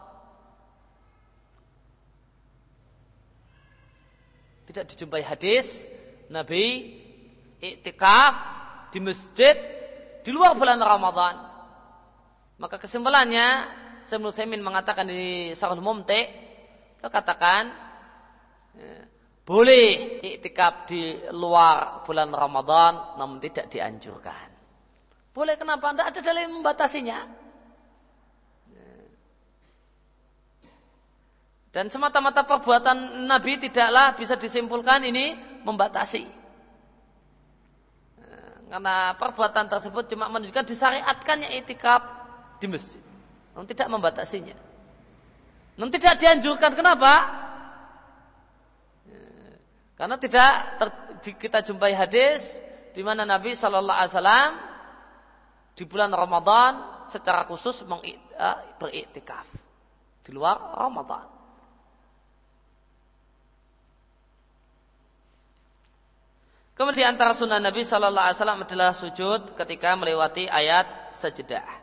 Tidak dijumpai hadis Nabi iktikaf di masjid di luar bulan Ramadan. Maka kesimpulannya, Syekh Utsaimin mengatakan di Syarhul Mumti', beliau katakan boleh iktikaf di luar bulan Ramadan, namun tidak dianjurkan. Boleh, kenapa? Tidak ada dalil yang membatasinya. Dan semata-mata perbuatan Nabi tidaklah bisa disimpulkan ini membatasi. Karena perbuatan tersebut cuma menunjukkan disyariatkannya iktikaf di masjid, namun tidak membatasinya. Namun tidak dianjurkan. Kenapa? Karena tidak ter, kita jumpai hadis di mana Nabi Shallallahu Alaihi Wasallam di bulan Ramadan secara khusus beriktikaf. di luar Ramadan. Kemudian antara sunnah Nabi Shallallahu Alaihi Wasallam adalah sujud ketika melewati ayat sajadah.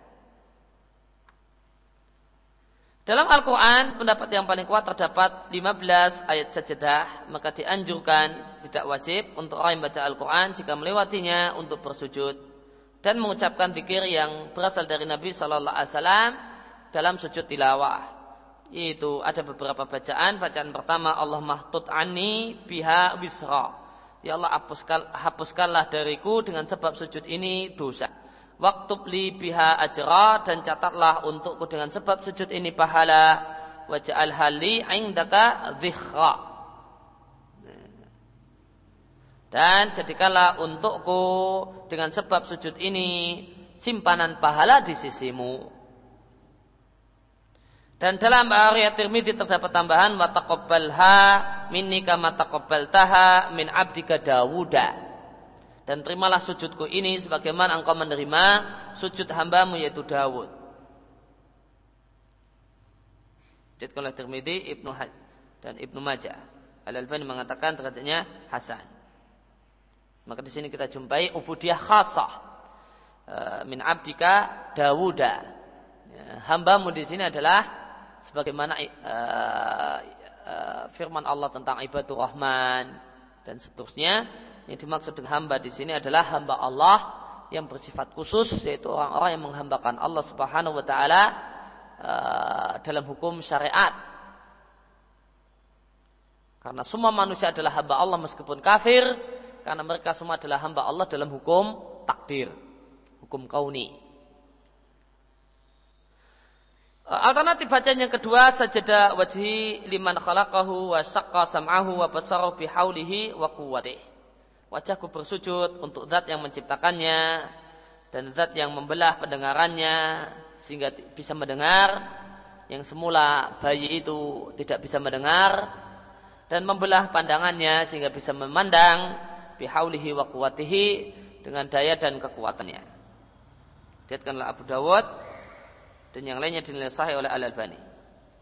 Dalam Al-Quran, pendapat yang paling kuat terdapat lima belas ayat sajadah, maka dianjurkan, tidak wajib untuk orang yang baca Al-Quran jika melewatinya untuk bersujud dan mengucapkan zikir yang berasal dari Nabi Sallallahu Alaihi Wasallam dalam sujud tilawah. Yaitu ada beberapa bacaan. Bacaan pertama, Allah mahtut ani biha wisra. Ya Allah, hapuskan, hapuskanlah dariku dengan sebab sujud ini dosa. Waktub li biha ajra, dan catatlah untukku dengan sebab sujud ini pahala. Waj'al hali indaka dzikhra, dan jadikanlah untukku dengan sebab sujud ini simpanan pahala di sisimu. Dan dalam riwayat Tirmidzi terdapat tambahan wa taqabbalha minni kama taqabbaltaha min abdika Dawuda, dan terimalah sujudku ini sebagaimana engkau menerima sujud hambamu yaitu Dawud. Diriwayatkan oleh Tirmidzi, Ibnu Haj dan Ibnu Majah. Al-Albani mengatakan derajatnya hasan. Maka di sini kita jumpai ubudiyah khasah min abdika Dawuda. Hambamu di sini adalah sebagaimana uh, uh, firman Allah tentang ibadur rahman dan seterusnya. Yang dimaksud dengan hamba di sini adalah hamba Allah yang bersifat khusus, yaitu orang-orang yang menghambakan Allah Subhanahu wa taala uh, dalam hukum syariat. Karena semua manusia adalah hamba Allah meskipun kafir, karena mereka semua adalah hamba Allah dalam hukum takdir, hukum kauni. Uh, alternatif bacaan yang kedua, sajadah wajhi liman khalaqahu wa syaqqa sam'ahu wa basarahu bihaulihi wa quwwatihi. Wajahku bersujud untuk zat yang menciptakannya dan zat yang membelah pendengarannya sehingga bisa mendengar yang semula bayi itu tidak bisa mendengar, dan membelah pandangannya sehingga bisa memandang bihaulihi wa quwwatihi dengan daya dan kekuatannya. Diriwayatkanlah Abu Dawud dan yang lainnya dinilai sahih oleh Al-Albani.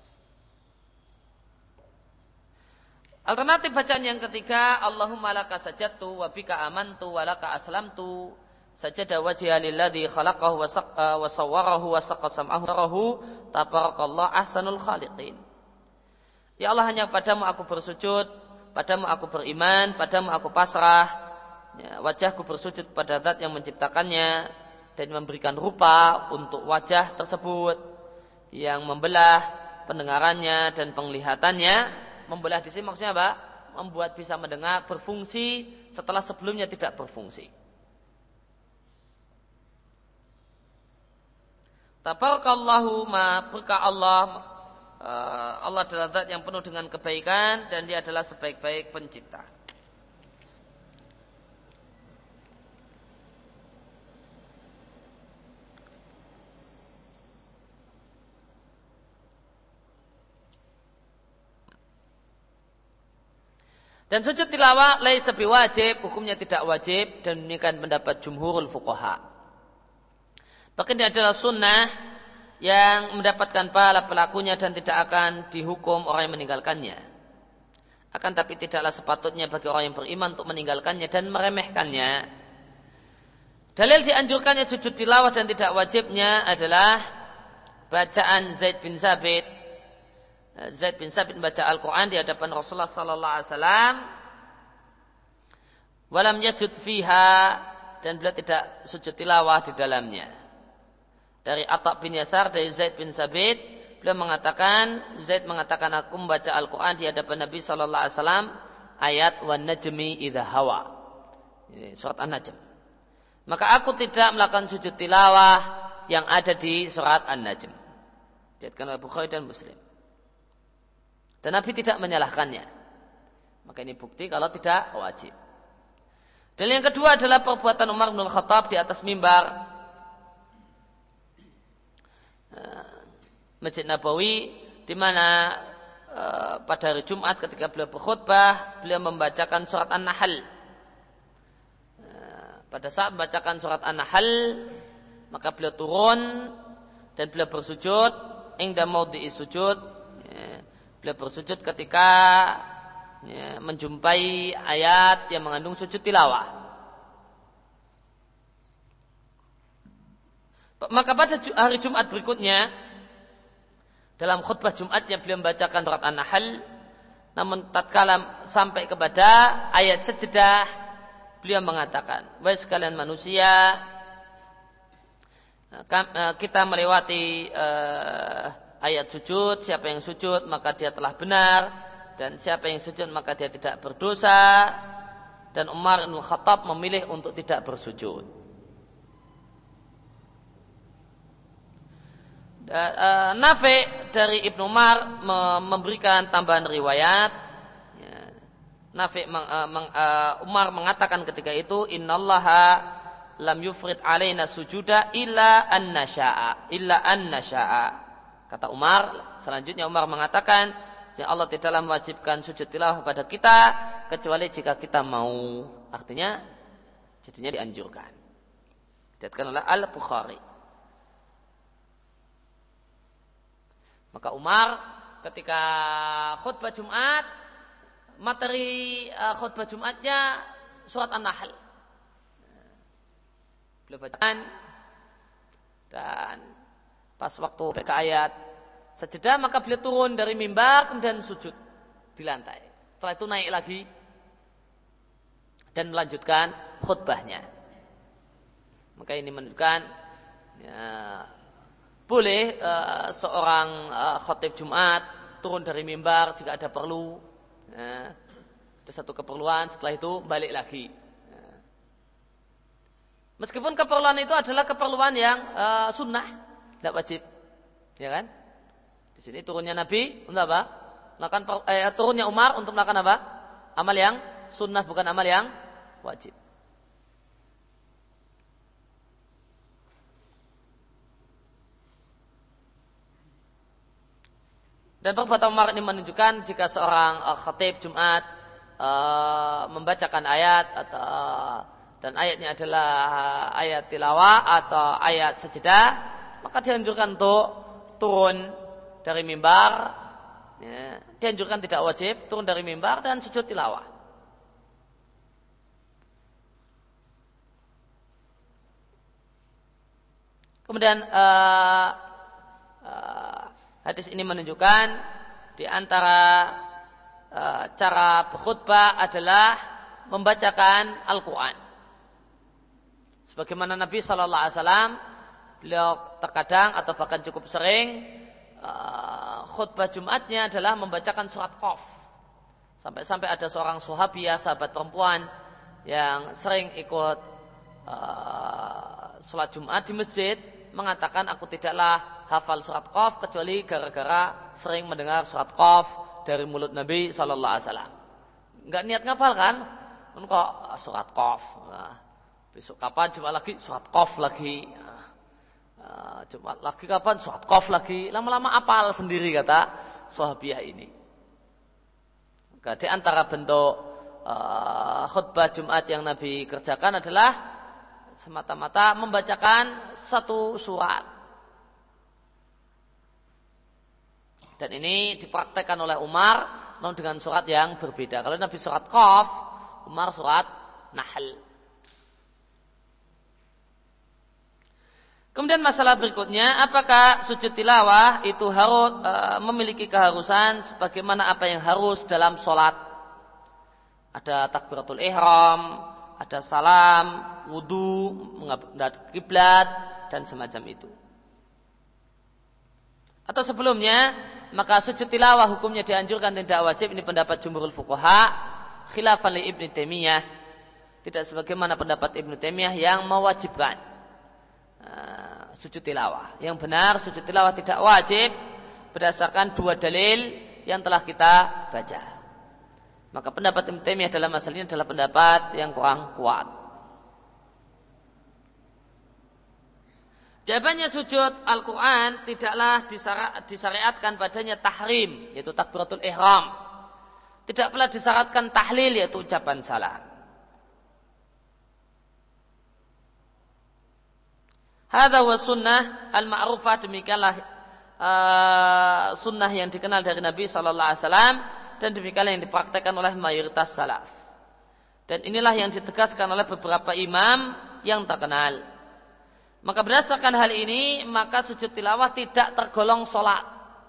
Alternatif bacaan yang ketiga, Allahumma laka sajadtu wa bika amantu wa laka aslamtu sajada wajhiya lilladzi khalaqahu wa sawwarahu wa saqqa sam'ahu tabarakallahu ahsanul khaliqin. Ya Allah, hanya padamu aku bersujud, padamu aku beriman, padamu aku pasrah. Ya, wajahku bersujud pada zat yang menciptakannya dan memberikan rupa untuk wajah tersebut, yang membelah pendengarannya dan penglihatannya. Membelah di sini maksudnya apa? Membuat bisa mendengar, berfungsi setelah sebelumnya tidak berfungsi. Tabarakallahu, ma berkah Allah. Allah adalah zat yang penuh dengan kebaikan dan Dia adalah sebaik-baik pencipta. Dan sujud tilawah laisa biwajib, hukumnya tidak wajib, dan demikian pendapat jumhurul fuqaha. Bahkan ini adalah sunnah yang mendapatkan pahala pelakunya dan tidak akan dihukum orang yang meninggalkannya. Akan tapi tidaklah sepatutnya bagi orang yang beriman untuk meninggalkannya dan meremehkannya. Dalil dianjurkannya sujud tilawah dan tidak wajibnya adalah bacaan Zaid bin Sabit. Zaid bin Sabit membaca Al-Quran di hadapan Rasulullah sallallahu alaihi wasallam. Walam yasjud fiha, dan beliau tidak sujud tilawah di dalamnya. Dari Atha bin Yasar, dari Zaid bin Sabit, beliau mengatakan, Zaid mengatakan, aku membaca Al-Quran di hadapan Nabi sallallahu alaihi wasallam ayat wan najmi idza hawa. Ini surat An-Najm. Maka aku tidak melakukan sujud tilawah yang ada di surat An-Najm. Diriwayatkan oleh Bukhari dan Muslim. Dan Nabi tidak menyalahkannya. Maka ini bukti kalau tidak wajib. Dan yang kedua adalah perbuatan Umar bin Khattab di atas mimbar Masjid Nabawi, di mana uh, pada hari Jumat ketika beliau berkhutbah, beliau membacakan surat An-Nahl. Uh, pada saat membacakan surat An-Nahl, maka beliau turun dan beliau bersujud, inda maudhi'i sujud, Ya, beliau bersujud ketika ya, menjumpai ayat yang mengandung sujud tilawah. Maka pada hari Jumat berikutnya, dalam khutbah Jumatnya beliau membacakan surat An-Nahl, namun tatkala sampai kepada ayat sajdah, beliau mengatakan, wahai sekalian manusia, kita melewati uh, ayat sujud, siapa yang sujud maka dia telah benar, dan siapa yang sujud maka dia tidak berdosa. Dan Umar bin Khattab memilih untuk tidak bersujud. Dan, uh, Nafi' dari Ibnu Umar memberikan tambahan riwayat. Ya, Nafi' meng, uh, meng, uh, Umar mengatakan ketika itu, innallaha lam yufrid alaina sujuda illa an nasya'a illa an nasya'a. Kata Umar, selanjutnya Umar mengatakan, Allah tidaklah mewajibkan sujud tilawah pada kita kecuali jika kita mau. Artinya jadinya dianjurkan. Dikatakan oleh Al-Bukhari. Maka Umar ketika khutbah Jumat, materi uh, khutbah Jumatnya surat An-Nahl. Beliau bacakan, dan pas waktu baca ayat sajdah maka beliau turun dari mimbar kemudian sujud di lantai. Setelah itu naik lagi dan melanjutkan khutbahnya. Maka ini menunjukkan ya, boleh uh, seorang uh, khatib Jumat turun dari mimbar jika ada perlu, ya, ada satu keperluan, setelah itu balik lagi. Meskipun keperluan itu adalah keperluan yang uh, sunnah, tidak wajib, ya kan? Di sini turunnya Nabi untuk apa? Melakukan eh, turunnya Umar untuk melakukan apa? Amal yang sunnah, bukan amal yang wajib. Dan perbuatan Umar ini menunjukkan jika seorang uh, khatib Jumat uh, membacakan ayat atau uh, dan ayatnya adalah ayat tilawah atau ayat sajdah, maka dianjurkan untuk turun dari mimbar. Ya, dianjurkan tidak wajib turun dari mimbar dan sujud tilawah. Kemudian uh, uh, hadis ini menunjukkan di antara uh, cara berkhutbah adalah membacakan Al-Quran. Sebagaimana Nabi Shallallahu Alaihi Wasallam, beliau terkadang atau bahkan cukup sering uh, khutbah Jumatnya adalah membacakan surat Qaf. Sampai-sampai ada seorang sahabiah, sahabat perempuan yang sering ikut uh, sholat Jumat di masjid, mengatakan aku tidaklah hafal surat Qaf kecuali gara-gara sering mendengar surat Qaf dari mulut Nabi Shallallahu Alaihi Wasallam. Enggak niat ngafal kan? Kok surat Qaf. Nah, besok kapan Jumat lagi surat Qaf lagi. Nah, Jumat lagi kapan surat Qaf lagi. Lama-lama apal sendiri kata sahabiah ini. Maka di antara bentuk uh, khutbah Jumat yang Nabi kerjakan adalah semata-mata membacakan satu surat. Dan ini dipraktekkan oleh Umar namun dengan surat yang berbeda. Kalau Nabi surat Qaf, Umar surat Nahl. Kemudian masalah berikutnya, apakah sujud tilawah itu harus e, memiliki keharusan sebagaimana apa yang harus dalam sholat? Ada takbiratul ihram, ada salam, wudu, menghadap kiblat dan semacam itu. Atau sebelumnya, maka sujud tilawah hukumnya dianjurkan dan tidak wajib. Ini pendapat jumhurul fuqaha, khilafan li Ibnu Taimiyah. Tidak sebagaimana pendapat Ibnu Taimiyah yang mewajibkan Uh, sujud tilawah. Yang benar sujud tilawah tidak wajib berdasarkan dua dalil yang telah kita baca. Maka pendapat Ibnu Taimiyah dalam masalah ini adalah pendapat yang kurang kuat. Jawabannya sujud Al-Quran tidaklah disyariatkan padanya tahrim, yaitu takbiratul ihram. Tidak pula disyaratkan tahlil, yaitu ucapan salam. Hadza wa sunnah al-ma'rufah, demikianlah uh, sunnah yang dikenal dari Nabi Sallallahu Alaihi Wasallam dan demikian yang dipraktekkan oleh mayoritas salaf. Dan inilah yang ditegaskan oleh beberapa imam yang terkenal. Maka berdasarkan hal ini, maka sujud tilawah tidak tergolong sholat.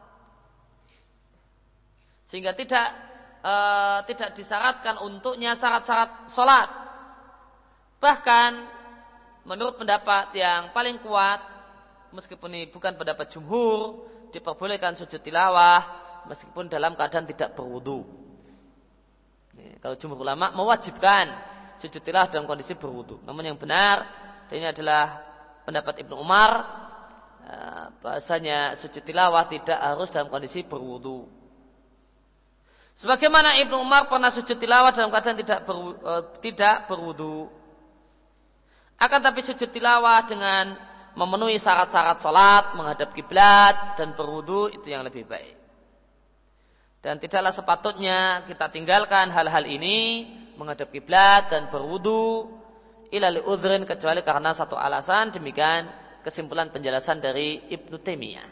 Sehingga tidak e, tidak disyaratkan untuknya syarat-syarat sholat. Bahkan menurut pendapat yang paling kuat, meskipun ini bukan pendapat jumhur, diperbolehkan sujud tilawah meskipun dalam keadaan tidak berwudu. Kalau jumhur ulama mewajibkan sujud tilawah dalam kondisi berwudu. Namun yang benar, dan ini adalah pendapat Ibnu Umar, bahasanya sujud tilawah tidak harus dalam kondisi berwudu. Sebagaimana Ibnu Umar pernah sujud tilawah dalam keadaan tidak ber, tidak berwudu. Akan tapi sujud tilawah dengan memenuhi syarat-syarat salat, menghadap kiblat dan berwudu itu yang lebih baik. Dan tidaklah sepatutnya kita tinggalkan hal-hal ini, menghadap kiblat dan berwudu ila li udhrin, kecuali karena satu alasan. Demikian kesimpulan penjelasan dari Ibnu Taimiyah.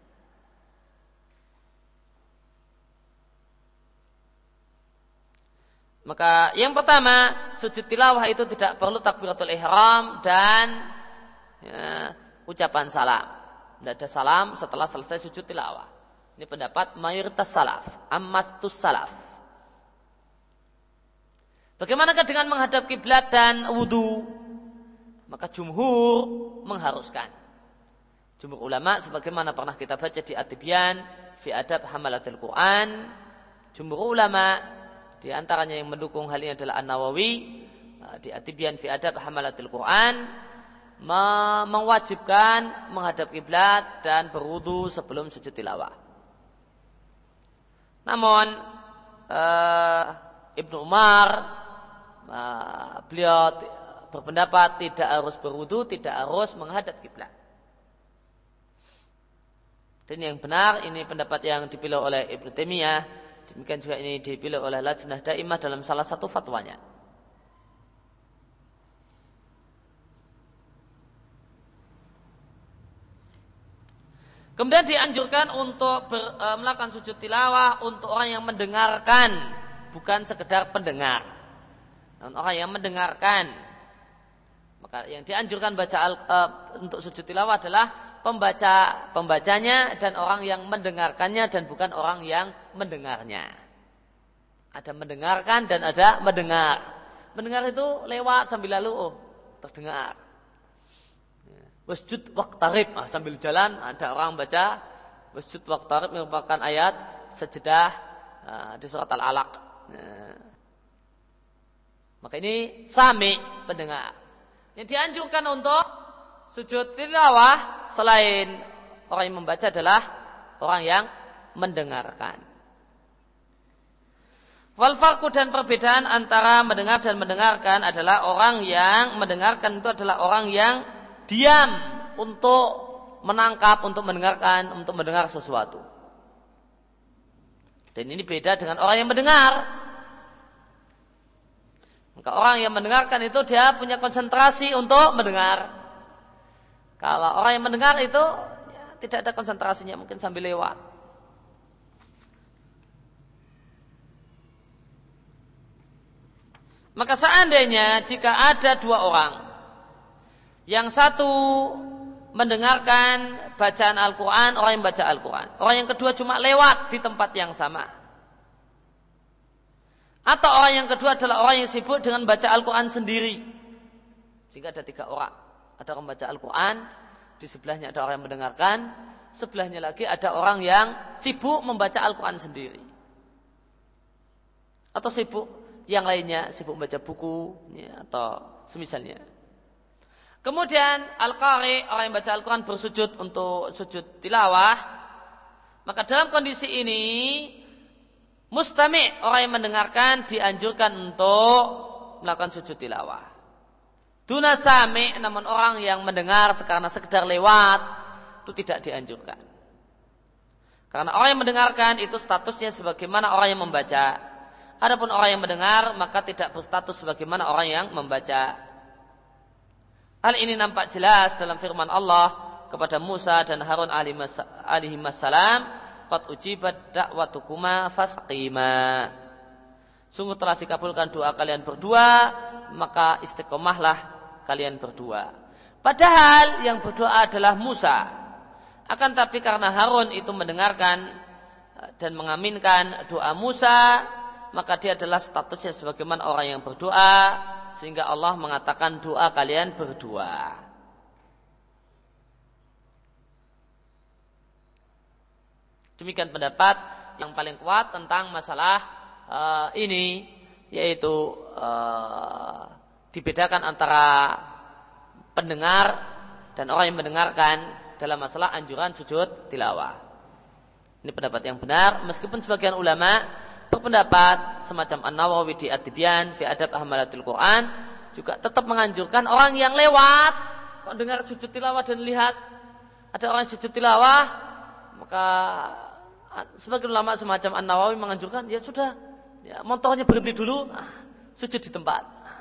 Maka yang pertama, sujud tilawah itu tidak perlu takbiratul ihram dan ya, ucapan salam. Tidak ada salam setelah selesai sujud tilawah. Ini pendapat mayoritas salaf, ammastus salaf. Bagaimanakah dengan menghadap kiblat dan wudu? Maka jumhur mengharuskan. Jumhur ulama sebagaimana pernah kita baca di At-Tibyan fi Adab Hamalatil Quran. Jumhur ulama di antaranya yang mendukung hal ini adalah An-Nawawi di At-Tibyan fi Adab Hamalatil Quran, mewajibkan menghadap kiblat dan berwudu sebelum sujud tilawah. Namun uh, Ibnu Umar Uh, beliau berpendapat tidak harus berwudu, tidak harus menghadap kiblat. Dan yang benar ini pendapat yang dipilih oleh Ibnu Taimiyah, demikian juga ini dipilih oleh Lajnah Daimah dalam salah satu fatwanya. Kemudian dianjurkan untuk ber, e, melakukan sujud tilawah untuk orang yang mendengarkan, bukan sekedar pendengar. Namun orang yang mendengarkan. Maka yang dianjurkan baca al, uh, untuk sujud tilawah adalah pembaca pembacanya dan orang yang mendengarkannya dan bukan orang yang mendengarnya. Ada mendengarkan dan ada mendengar. Mendengar itu lewat sambil lalu, oh terdengar. Wasjud waqtarib, ah, sambil jalan ada orang baca wasjud waqtarib merupakan ayat sajadah uh, di surat Al-Alaq. Nah, maka ini sami, pendengar. Yang dianjurkan untuk sujud tilawah selain orang yang membaca adalah orang yang mendengarkan. Wal farqu, dan perbedaan antara mendengar dan mendengarkan adalah orang yang mendengarkan itu adalah orang yang diam untuk menangkap, untuk mendengarkan, untuk mendengar sesuatu. Dan ini beda dengan orang yang mendengar. Maka orang yang mendengarkan itu dia punya konsentrasi untuk mendengar. Kalau orang yang mendengar itu ya, tidak ada konsentrasinya, mungkin sambil lewat. Maka seandainya jika ada dua orang, yang satu mendengarkan bacaan Al-Quran, orang yang baca Al-Quran, orang yang kedua cuma lewat di tempat yang sama. Atau orang yang kedua adalah orang yang sibuk dengan baca Al-Quran sendiri. Sehingga ada tiga orang. Ada orang baca Al-Quran, di sebelahnya ada orang yang mendengarkan, sebelahnya lagi ada orang yang sibuk membaca Al-Quran sendiri. Atau sibuk yang lainnya, sibuk membaca buku ya, atau semisalnya. Kemudian Al-Qari, orang yang baca Al-Quran bersujud untuk sujud tilawah. Maka dalam kondisi ini mustami', orang yang mendengarkan dianjurkan untuk melakukan sujud tilawah. Duna sami', namun orang yang mendengar karena sekedar lewat itu tidak dianjurkan. Karena orang yang mendengarkan itu statusnya sebagaimana orang yang membaca. Adapun orang yang mendengar maka tidak berstatus sebagaimana orang yang membaca. Hal ini nampak jelas dalam firman Allah kepada Musa dan Harun alaihi wassalam, qad ujibat da'watukuma fastaqima. Sungguh telah dikabulkan doa kalian berdua, maka istiqomahlah kalian berdua. Padahal yang berdoa adalah Musa. Akan tapi karena Harun itu mendengarkan dan mengaminkan doa Musa, maka dia adalah statusnya sebagaimana orang yang berdoa, sehingga Allah mengatakan doa kalian berdua. Demikian pendapat yang paling kuat tentang masalah uh, ini, yaitu uh, dibedakan antara pendengar dan orang yang mendengarkan dalam masalah anjuran sujud tilawah. Ini pendapat yang benar, meskipun sebagian ulama berpendapat semacam An-Nawawi di At-Tibyan fi Adab Ahmalatul Quran juga tetap menganjurkan orang yang lewat kok dengar sujud tilawah dan lihat ada orang sujud tilawah, maka sebagian ulama semacam An-Nawawi menganjurkan ya sudah, ya, motornya berhenti dulu, sujud di tempat.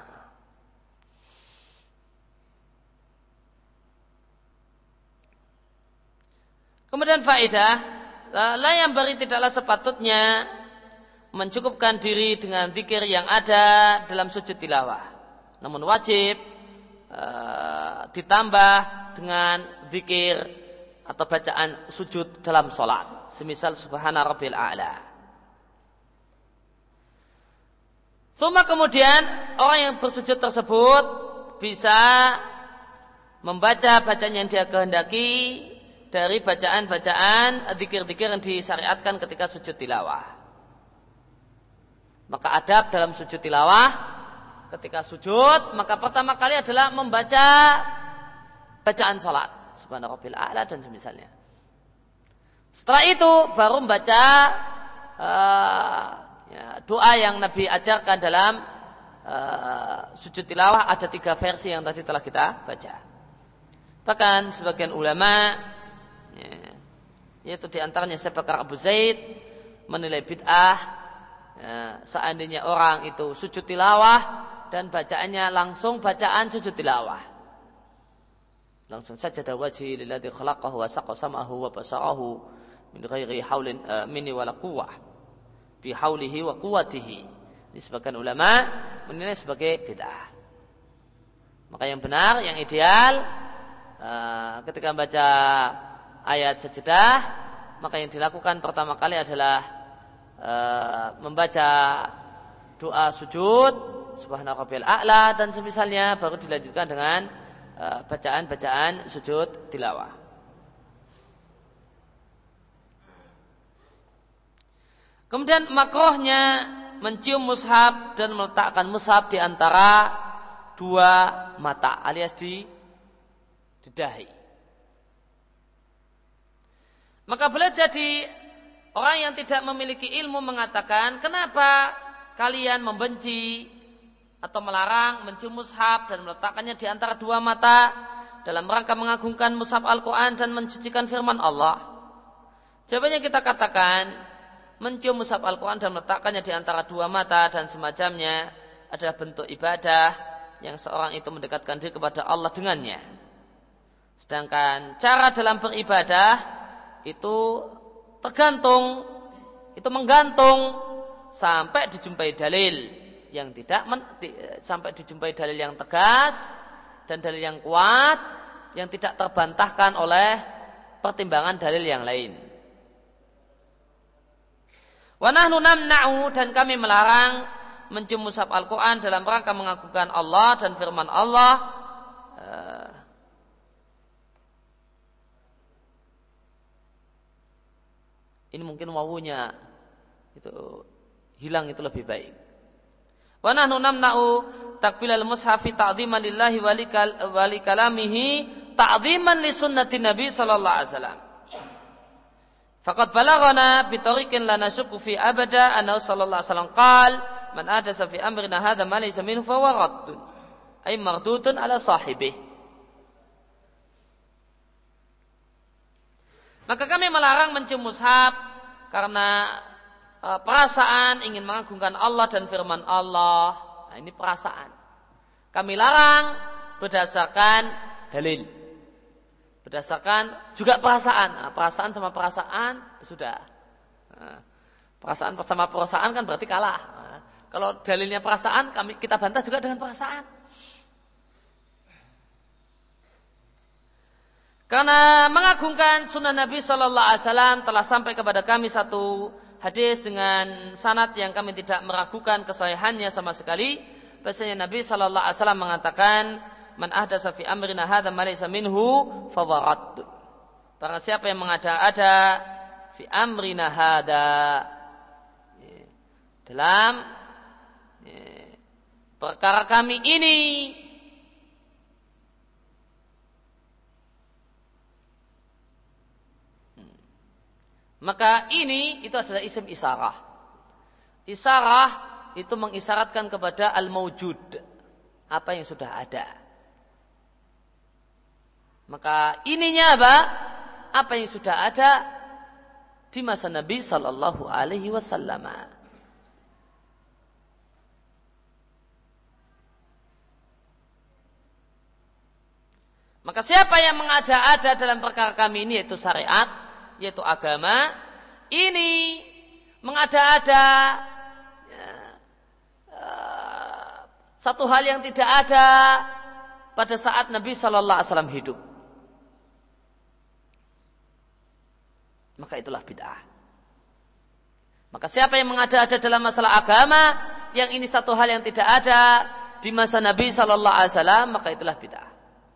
Kemudian faedah, la yang beri tidaklah sepatutnya mencukupkan diri dengan zikir yang ada dalam sujud tilawah. Namun wajib uh, ditambah dengan zikir atau bacaan sujud dalam sholat. Semisal subhana rabbil a'la. Thumma kemudian orang yang bersujud tersebut bisa membaca bacaan yang dia kehendaki dari bacaan-bacaan zikir-zikir yang disyariatkan ketika sujud tilawah. Maka adab dalam sujud tilawah ketika sujud, maka pertama kali adalah membaca bacaan salat, subhana rabbil a'la dan semisalnya. Setelah itu baru membaca uh, ya, doa yang Nabi ajarkan dalam uh, sujud tilawah. Ada tiga versi yang tadi telah kita baca. Bahkan sebagian ulama, ya, yaitu diantaranya Syekh Bakar Abu Zaid, menilai bid'ah ya, seandainya orang itu sujud tilawah dan bacaannya langsung bacaan sujud tilawah, langsung saja wajhi lilladzi khalaqahu wa saqqa sam'ahu wa basarahu min ghairi haulin uh, minni wala quwwah bi haulihi wa quwwatihi. Ini sebagian ulama menilai sebagai bid'ah. Maka yang benar, yang ideal uh, ketika membaca ayat sajadah, maka yang dilakukan pertama kali adalah uh, membaca doa sujud subhana rabbil a'la dan semisalnya, baru dilanjutkan dengan uh, bacaan-bacaan sujud tilawah. Kemudian makruhnya mencium mushaf dan meletakkan mushaf di antara dua mata alias di di dahi. Maka boleh jadi orang yang tidak memiliki ilmu mengatakan, kenapa kalian membenci atau melarang mencium mushaf dan meletakkannya di antara dua mata dalam rangka mengagungkan mushaf Al-Quran dan mensucikan firman Allah? Jawabannya kita katakan, mencium mushaf Al-Quran dan meletakkannya di antara dua mata dan semacamnya adalah bentuk ibadah yang seorang itu mendekatkan diri kepada Allah dengannya. Sedangkan cara dalam beribadah itu tergantung, itu menggantung sampai dijumpai dalil yang tidak men, di, sampai dijumpai dalil yang tegas dan dalil yang kuat yang tidak terbantahkan oleh pertimbangan dalil yang lain. Wa nahnu namna'u, dan kami melarang mencium mushaf Al-Quran dalam rangka mengagungkan Allah dan firman Allah. Uh, ini mungkin wawunya itu hilang, itu lebih baik. Wa nahnu namna'u takbilal mushafi ta'dhiman lillahi wa li kalamihi ta'dhiman li sunnati Nabi sallallahu alaihi wasallam. Faqad balaghana bi tariqin la nashukku fi abada annahu sallallahu alaihi wasallam qala man ahdatsa fi amrina hadza ma laysa minhu fa huwa raddun ay mardudun ala sahibihi. Maka kami melarang mencium mushaf karena e, perasaan ingin mengagungkan Allah dan firman Allah. Nah, ini perasaan. Kami larang berdasarkan dalil. Berdasarkan juga perasaan. Nah, perasaan sama perasaan sudah. Nah, perasaan sama perasaan kan berarti kalah. Nah, kalau dalilnya perasaan, kami kita bantah juga dengan perasaan. Karena mengagungkan sunnah Nabi Sallallahu Alaihi Wasallam telah sampai kepada kami satu hadis dengan sanad yang kami tidak meragukan kesahihannya sama sekali. Bahasanya Nabi Sallallahu Alaihi Wasallam mengatakan, "Man ahdasa fi amrina hadza ma laysa minhu fawarad." Barang siapa yang mengada-ada fi amrina hadza dalam perkara kami ini, maka ini itu adalah isim isarah. Isarah itu mengisyaratkan kepada al-mawjud, apa yang sudah ada. Maka ininya apa? Apa yang sudah ada di masa Nabi Sallallahu Alaihi Wasallam. Maka siapa yang mengada-ada dalam perkara kami ini, yaitu syariat, yaitu agama, ini mengada-ada ya, uh, satu hal yang tidak ada pada saat Nabi Sallallahu Alaihi Wasallam hidup, maka itulah bid'ah. Maka siapa yang mengada-ada dalam masalah agama, yang ini satu hal yang tidak ada di masa Nabi Sallallahu Alaihi Wasallam, maka itulah bid'ah.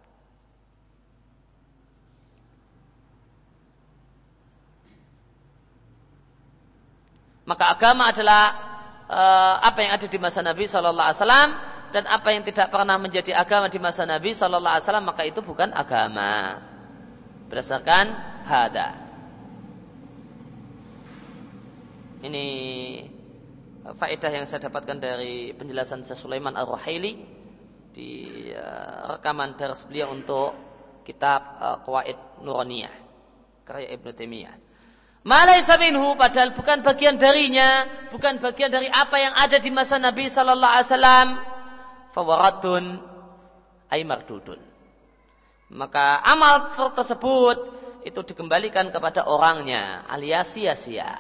Maka agama adalah uh, apa yang ada di masa Nabi Sallallahu Alaihi Wasallam, dan apa yang tidak pernah menjadi agama di masa Nabi Sallallahu Alaihi Wasallam, maka itu bukan agama. Berdasarkan hada. Ini faedah yang saya dapatkan dari penjelasan Syekh Sulaiman Ar-Ruhaili di uh, rekaman dars beliau untuk kitab uh, Qawaid Nuraniyah karya Ibnu Taimiyah. Ma laysa minhu, padahal bukan bagian darinya, bukan bagian dari apa yang ada di masa Nabi Sallallahu Alaihi Wasallam, fawaratun ay mardudun. Maka amal tersebut itu dikembalikan kepada orangnya, alias sia-sia.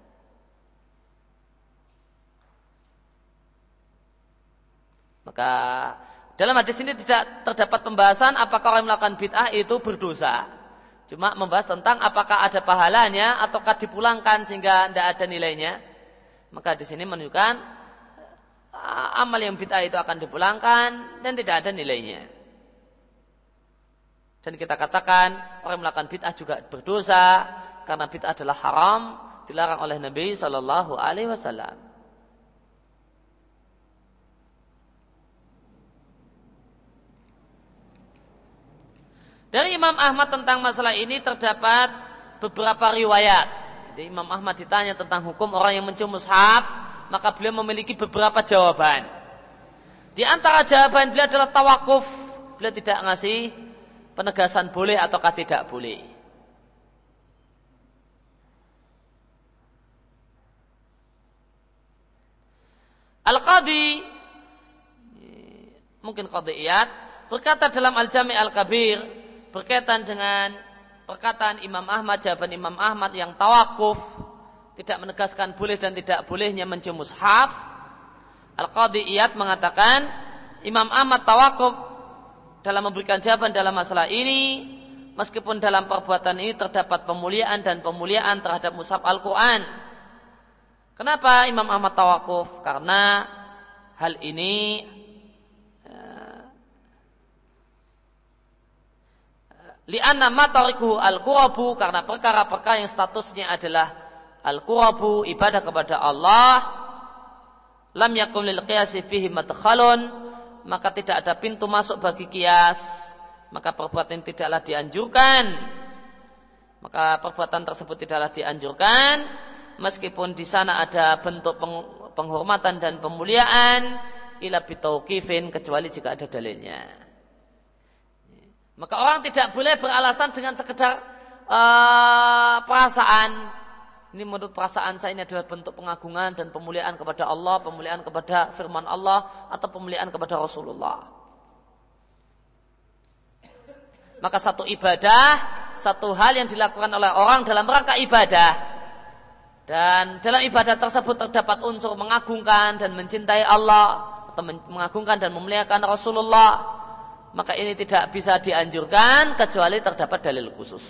Maka dalam hadis ini tidak terdapat pembahasan apakah orang melakukan bid'ah itu berdosa. Cuma membahas tentang apakah ada pahalanya ataukah dipulangkan sehingga tidak ada nilainya. Maka di sini menunjukkan amal yang bid'ah itu akan dipulangkan dan tidak ada nilainya. Dan kita katakan orang yang melakukan bid'ah juga berdosa karena bid'ah adalah haram, dilarang oleh Nabi Sallallahu Alaihi Wasallam. Dari Imam Ahmad tentang masalah ini terdapat beberapa riwayat. Jadi Imam Ahmad ditanya tentang hukum orang yang mencium mushaf, maka beliau memiliki beberapa jawaban. Di antara jawaban beliau adalah tawakuf. Beliau tidak ngasih penegasan boleh ataukah tidak boleh. Al-Qadhi, mungkin Qadhi Iyad, berkata dalam Al-Jami' Al-Kabir, berkaitan dengan perkataan Imam Ahmad, jawaban Imam Ahmad yang tawakuf, tidak menegaskan boleh dan tidak bolehnya mencium mushaf. Al-Qadhi Iyad mengatakan Imam Ahmad tawakuf dalam memberikan jawaban dalam masalah ini, meskipun dalam perbuatan ini terdapat pemuliaan dan pemuliaan terhadap mushaf Al-Quran. Kenapa Imam Ahmad tawakuf? Karena hal ini li'anna ma tarikuhu al-qurabu, karena perkara-perkara yang statusnya adalah al-qurabu, ibadah kepada Allah, lam yakun lil qiyasi fihi madkhalun, maka tidak ada pintu masuk bagi kias, maka perbuatan tidaklah dianjurkan. Maka perbuatan tersebut tidaklah dianjurkan meskipun di sana ada bentuk penghormatan dan pemuliaan, ila bitauqifin, kecuali jika ada dalilnya. Maka orang tidak boleh beralasan dengan sekedar uh, perasaan. Ini menurut perasaan saya ini adalah bentuk pengagungan dan pemuliaan kepada Allah, pemuliaan kepada firman Allah, atau pemuliaan kepada Rasulullah. Maka satu ibadah, satu hal yang dilakukan oleh orang dalam rangka ibadah, dan dalam ibadah tersebut terdapat unsur mengagungkan dan mencintai Allah, atau mengagungkan dan memuliakan Rasulullah, maka ini tidak bisa dianjurkan kecuali terdapat dalil khusus.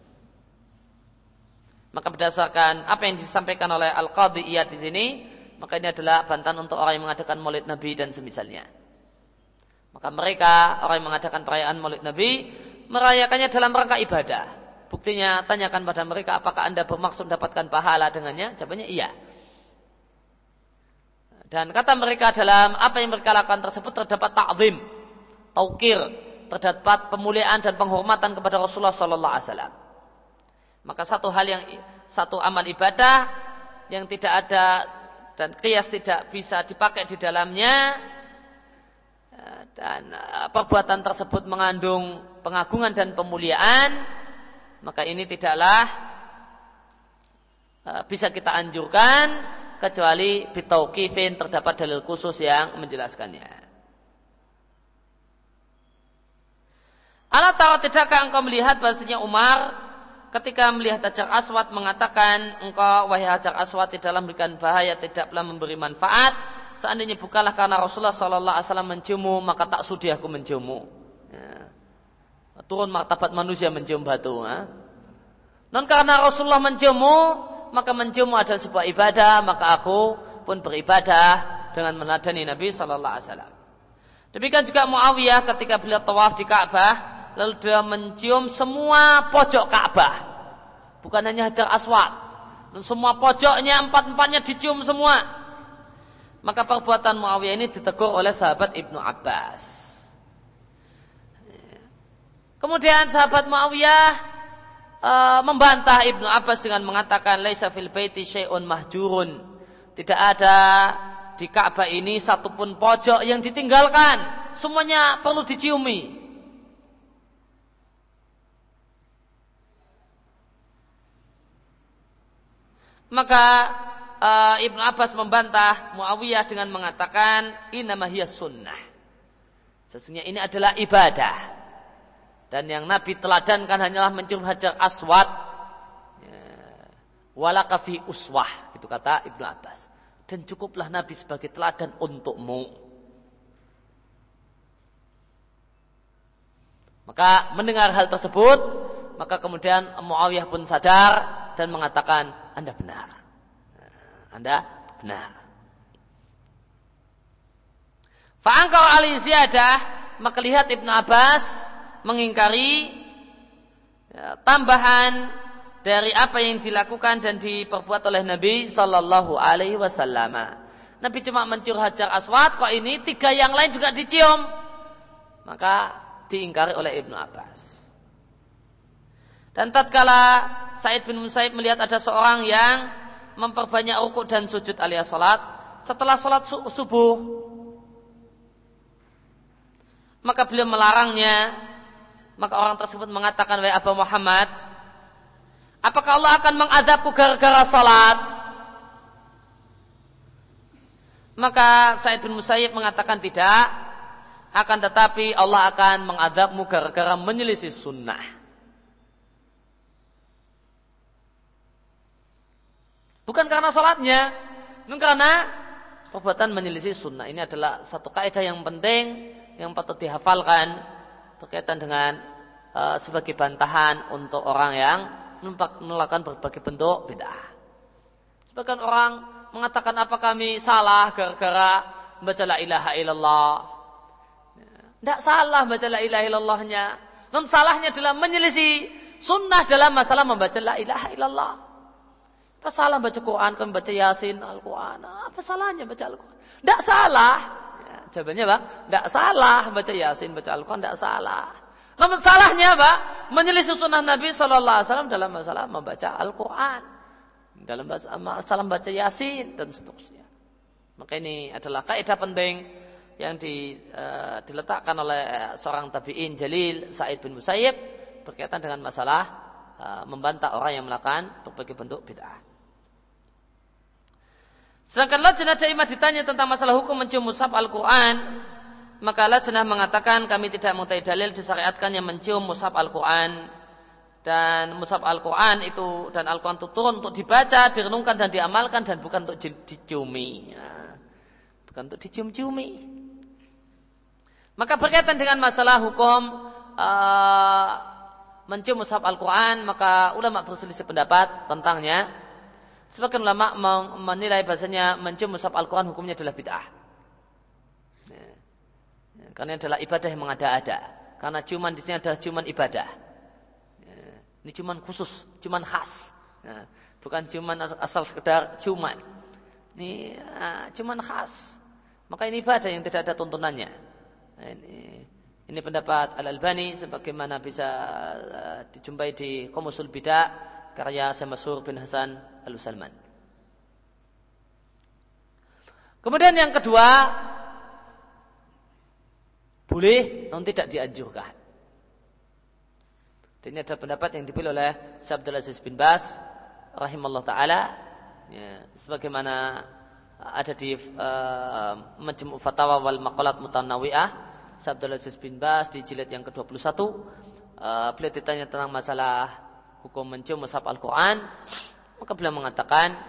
Maka berdasarkan apa yang disampaikan oleh Al-Qadhi Iyad di sini, maka ini adalah bantahan untuk orang yang mengadakan Maulid Nabi dan semisalnya. Maka mereka, orang yang mengadakan perayaan Maulid Nabi, merayakannya dalam rangka ibadah. Buktinya, tanyakan pada mereka, apakah anda bermaksud mendapatkan pahala dengannya? Jawabannya iya. Dan kata mereka, dalam apa yang mereka lakukan tersebut terdapat ta'zim, taukir, terdapat pemuliaan dan penghormatan kepada Rasulullah sallallahu alaihi wasallam. Maka satu hal yang satu amal ibadah yang tidak ada dan qiyas tidak bisa dipakai di dalamnya, dan perbuatan tersebut mengandung pengagungan dan pemuliaan, maka ini tidaklah bisa kita anjurkan kecuali bitauqifin, terdapat dalil khusus yang menjelaskannya. Ala tara, tidakkah engkau melihat bahasanya Umar ketika melihat Hajar Aswad mengatakan, engkau wahai Hajar Aswad tidaklah memberikan bahaya, tidak pula memberi manfaat. Seandainya bukanlah karena Rasulullah sallallahu alaihi wasallam menciummu, maka tak sudi aku menciummu. Ya. Turun martabat manusia mencium batu. Ha? Non karena Rasulullah menciummu, maka menciummu adalah sebuah ibadah, maka aku pun beribadah dengan meneladani Nabi sallallahu alaihi wasallam. Demikian juga Muawiyah ketika beliau tawaf di Ka'bah, lalu dia mencium semua pojok Ka'bah, bukan hanya Hajar Aswad, dan semua pojoknya empat-empatnya dicium semua. Maka perbuatan Muawiyah ini ditegur oleh sahabat Ibnu Abbas. Kemudian sahabat Muawiyah e, membantah Ibnu Abbas dengan mengatakan, laisa fil baiti syai'un mahjurun. Tidak ada di Ka'bah ini satupun pojok yang ditinggalkan, semuanya perlu diciumi. Maka Uh, Ibnu Abbas membantah Muawiyah dengan mengatakan, innama hiya sunnah. Sesungguhnya ini adalah ibadah. Dan yang Nabi teladankan hanyalah mencium Hajar Aswad. Ya. Walaka fi uswah, gitu kata Ibnu Abbas. Dan cukuplah Nabi sebagai teladan untukmu. Maka mendengar hal tersebut, maka kemudian Muawiyah pun sadar dan mengatakan, Anda benar. Anda benar. Fa'angkar ali ziyadah, maka lihat Ibnu Abbas mengingkari ya, tambahan dari apa yang dilakukan dan diperbuat oleh Nabi sallallahu alaihi wasallam. Nabi cuma mencium Hajar Aswad, kok ini tiga yang lain juga dicium. Maka diingkari oleh Ibnu Abbas. Dan tatkala Sa'id bin Musayyib melihat ada seorang yang memperbanyak rukuk dan sujud alias salat setelah salat subuh, maka beliau melarangnya. Maka orang tersebut mengatakan, wahai Abu Muhammad, apakah Allah akan mengazabku gara-gara salat? Maka Sa'id bin Musayyib mengatakan tidak, akan tetapi Allah akan mengazabmu gara-gara menyelisih sunnah. Bukan karena sholatnya, namun karena perbuatan menyelisih sunnah. Ini adalah satu kaidah yang penting yang patut dihafalkan berkaitan dengan uh, sebagai bantahan untuk orang yang melakukan berbagai bentuk bid'ah. Sebagian orang mengatakan, apa kami salah gara-gara membaca la ilaha illallah? Tidak salah membaca la ilaha illallahnya. Non salahnya adalah menyelisih sunnah dalam masalah membaca la ilaha illallah. Apa salah baca Quran, kan baca Yasin, Al-Quran? Apa salahnya baca Al-Quran? Tidak salah. Ya, jawabannya Pak, tidak salah baca Yasin, baca Al-Quran, tidak salah. Namun salahnya Pak, menyelisih sunnah Nabi Sallallahu Alaihi Wasallam dalam masalah membaca Al-Quran, dalam masalah membaca Yasin dan seterusnya. Maka ini adalah kaidah penting yang di, uh, diletakkan oleh seorang tabi'in Jalil Sa'id bin Musayyib berkaitan dengan masalah uh, membantah orang yang melakukan berbagai bentuk bid'ah. Sedangkan Lajnah Daimah ditanya tentang masalah hukum mencium mushaf Al-Quran, maka lajnah mengatakan kami tidak mengetahui dalil disyariatkannya mencium mushaf Al-Quran, dan mushaf Al-Quran itu dan Al-Quran itu turun untuk dibaca, direnungkan dan diamalkan, dan bukan untuk diciumi, ya. Bukan untuk dicium-ciumi. Maka berkaitan dengan masalah hukum uh, mencium mushaf Al-Quran, maka ulama berselisih pendapat tentangnya. Sebagian ulama menilai bahasanya mencium mushaf Al-Quran hukumnya adalah bid'ah, ya. Ya, karena adalah ibadah yang mengada-ada. Karena ciuman di sini adalah ciuman ibadah. Ini ciuman khusus, ciuman khas, ya, bukan ciuman asal sekedar ciuman. Ini uh, ciuman khas. Maka ini ibadah yang tidak ada tuntunannya. Nah, ini, ini pendapat Al-Albani sebagaimana bisa uh, dijumpai di Qomusul Bidah karya Syekh Mansur bin Hasan Al-Utsaimin. Kemudian yang kedua, boleh namun tidak dianjurkan. Dan ini adalah pendapat yang dipilih oleh Syekh Abdul Aziz bin Baz rahimallahu taala, ya, sebagaimana ada di uh, Majmu' Fatawa wal Maqalat Mutanawwi'ah Syekh Abdul Aziz bin Baz di jilid yang kedua puluh satu. Uh, beliau ditanya tentang masalah hukum mencium mushaf Al-Quran, maka beliau mengatakan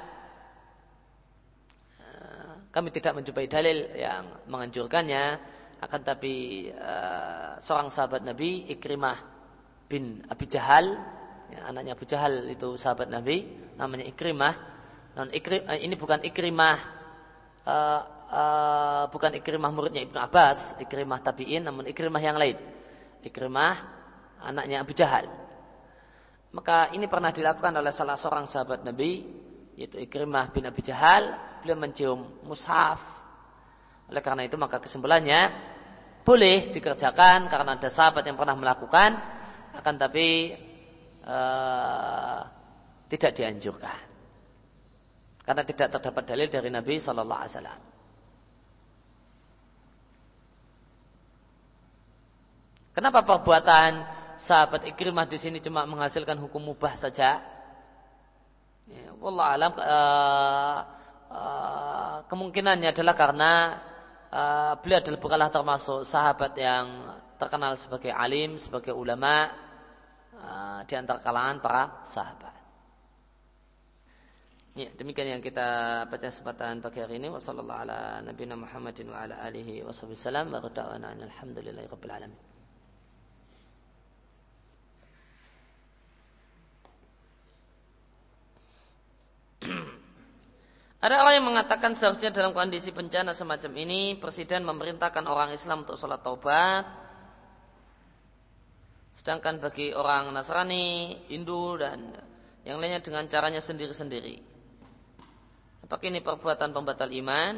uh, kami tidak menjumpai dalil yang menganjurkannya, akan tapi uh, seorang sahabat Nabi Ikrimah bin Abi Jahal, ya, anaknya Abu Jahal itu sahabat Nabi, namanya Ikrimah. Non Ikrim, ini bukan Ikrimah, uh, uh, bukan Ikrimah muridnya Ibnu Abbas, Ikrimah tabi'in, namun Ikrimah yang lain. Ikrimah anaknya Abu Jahal. Maka ini pernah dilakukan oleh salah seorang sahabat Nabi, yaitu Ikrimah bin Abi Jahal. Beliau mencium mushaf. Oleh karena itu maka kesimpulannya boleh dikerjakan karena ada sahabat yang pernah melakukan. Akan tapi uh, tidak dianjurkan karena tidak terdapat dalil dari Nabi Sallallahu Alaihi Wasallam. Kenapa perbuatan sahabat Ikrimah di sini cuma menghasilkan hukum mubah saja? Ya, wallahu alam, uh, uh, kemungkinannya adalah karena uh, beliau adalah bukanlah termasuk sahabat yang terkenal sebagai alim, sebagai ulama uh, di antara kalangan para sahabat. Ya, demikian yang kita baca kesempatan pagi hari ini. Wassallallahu ala nabiyina Muhammadin wa ala alihi wasallam. Wa qada'ana alhamdulillahi rabbil alamin. Ada orang yang mengatakan seharusnya dalam kondisi bencana semacam ini presiden memerintahkan orang Islam untuk sholat taubat, sedangkan bagi orang Nasrani, Hindu dan yang lainnya dengan caranya sendiri-sendiri. Apakah ini perbuatan pembatal iman?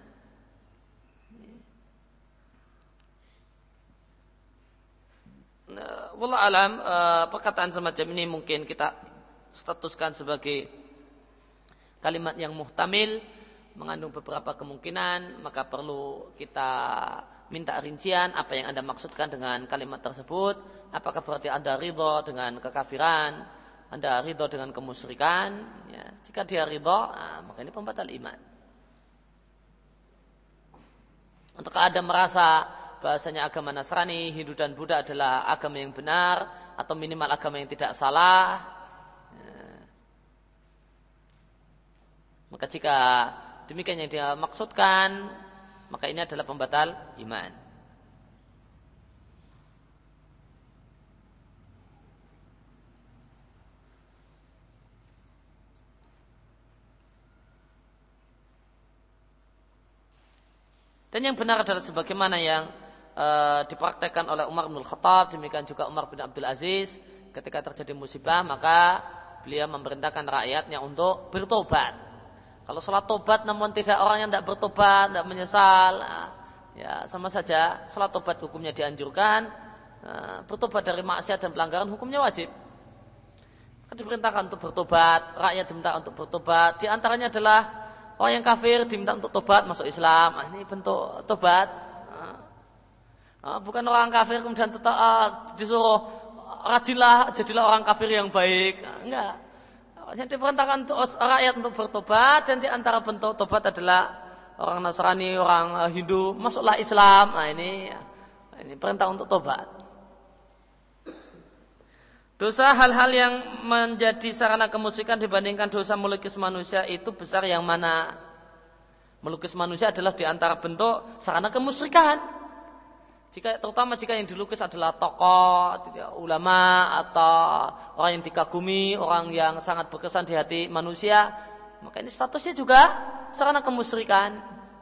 Nah, wallahu alam, perkataan semacam ini mungkin kita statuskan sebagai kalimat yang muhtamil, mengandung beberapa kemungkinan, maka perlu kita minta rincian apa yang Anda maksudkan dengan kalimat tersebut. Apakah berarti Anda ridho dengan kekafiran, Anda ridho dengan kemusyrikan, ya. Jika dia ridho, nah, maka ini pembatal iman. Untuk Anda merasa bahasanya agama Nasrani, Hindu dan Buddha adalah agama yang benar atau minimal agama yang tidak salah, ya. Maka jika demikian yang dia maksudkan, maka ini adalah pembatal iman. Dan yang benar adalah sebagaimana yang uh, dipraktekkan oleh Umar bin Khattab, demikian juga Umar bin Abdul Aziz, ketika terjadi musibah maka beliau memerintahkan rakyatnya untuk bertobat. Kalau sholat tobat namun tidak, orang yang tidak bertobat, tidak menyesal, ya sama saja sholat tobat hukumnya dianjurkan, bertobat dari maksiat dan pelanggaran hukumnya wajib. Kan diperintahkan untuk bertobat, rakyat diminta untuk bertobat. Di antaranya adalah orang yang kafir diminta untuk tobat masuk Islam. Nah, ini bentuk tobat. Nah, bukan orang kafir kemudian tetap uh, disuruh rajinlah jadilah orang kafir yang baik. Nah, enggak. Yang diperintahkan untuk rakyat untuk bertobat, dan di antara bentuk tobat adalah orang Nasrani, orang Hindu, masuklah Islam. Nah, ini ini perintah untuk tobat. Dosa hal-hal yang menjadi sarana kemusyrikan dibandingkan dosa melukis manusia itu besar yang mana? Melukis manusia adalah di antara bentuk sarana kemusyrikan. Jika terutama jika yang dilukis adalah tokoh, ulama atau orang yang dikagumi, orang yang sangat berkesan di hati manusia, maka ini statusnya juga sarana kemusyrikan.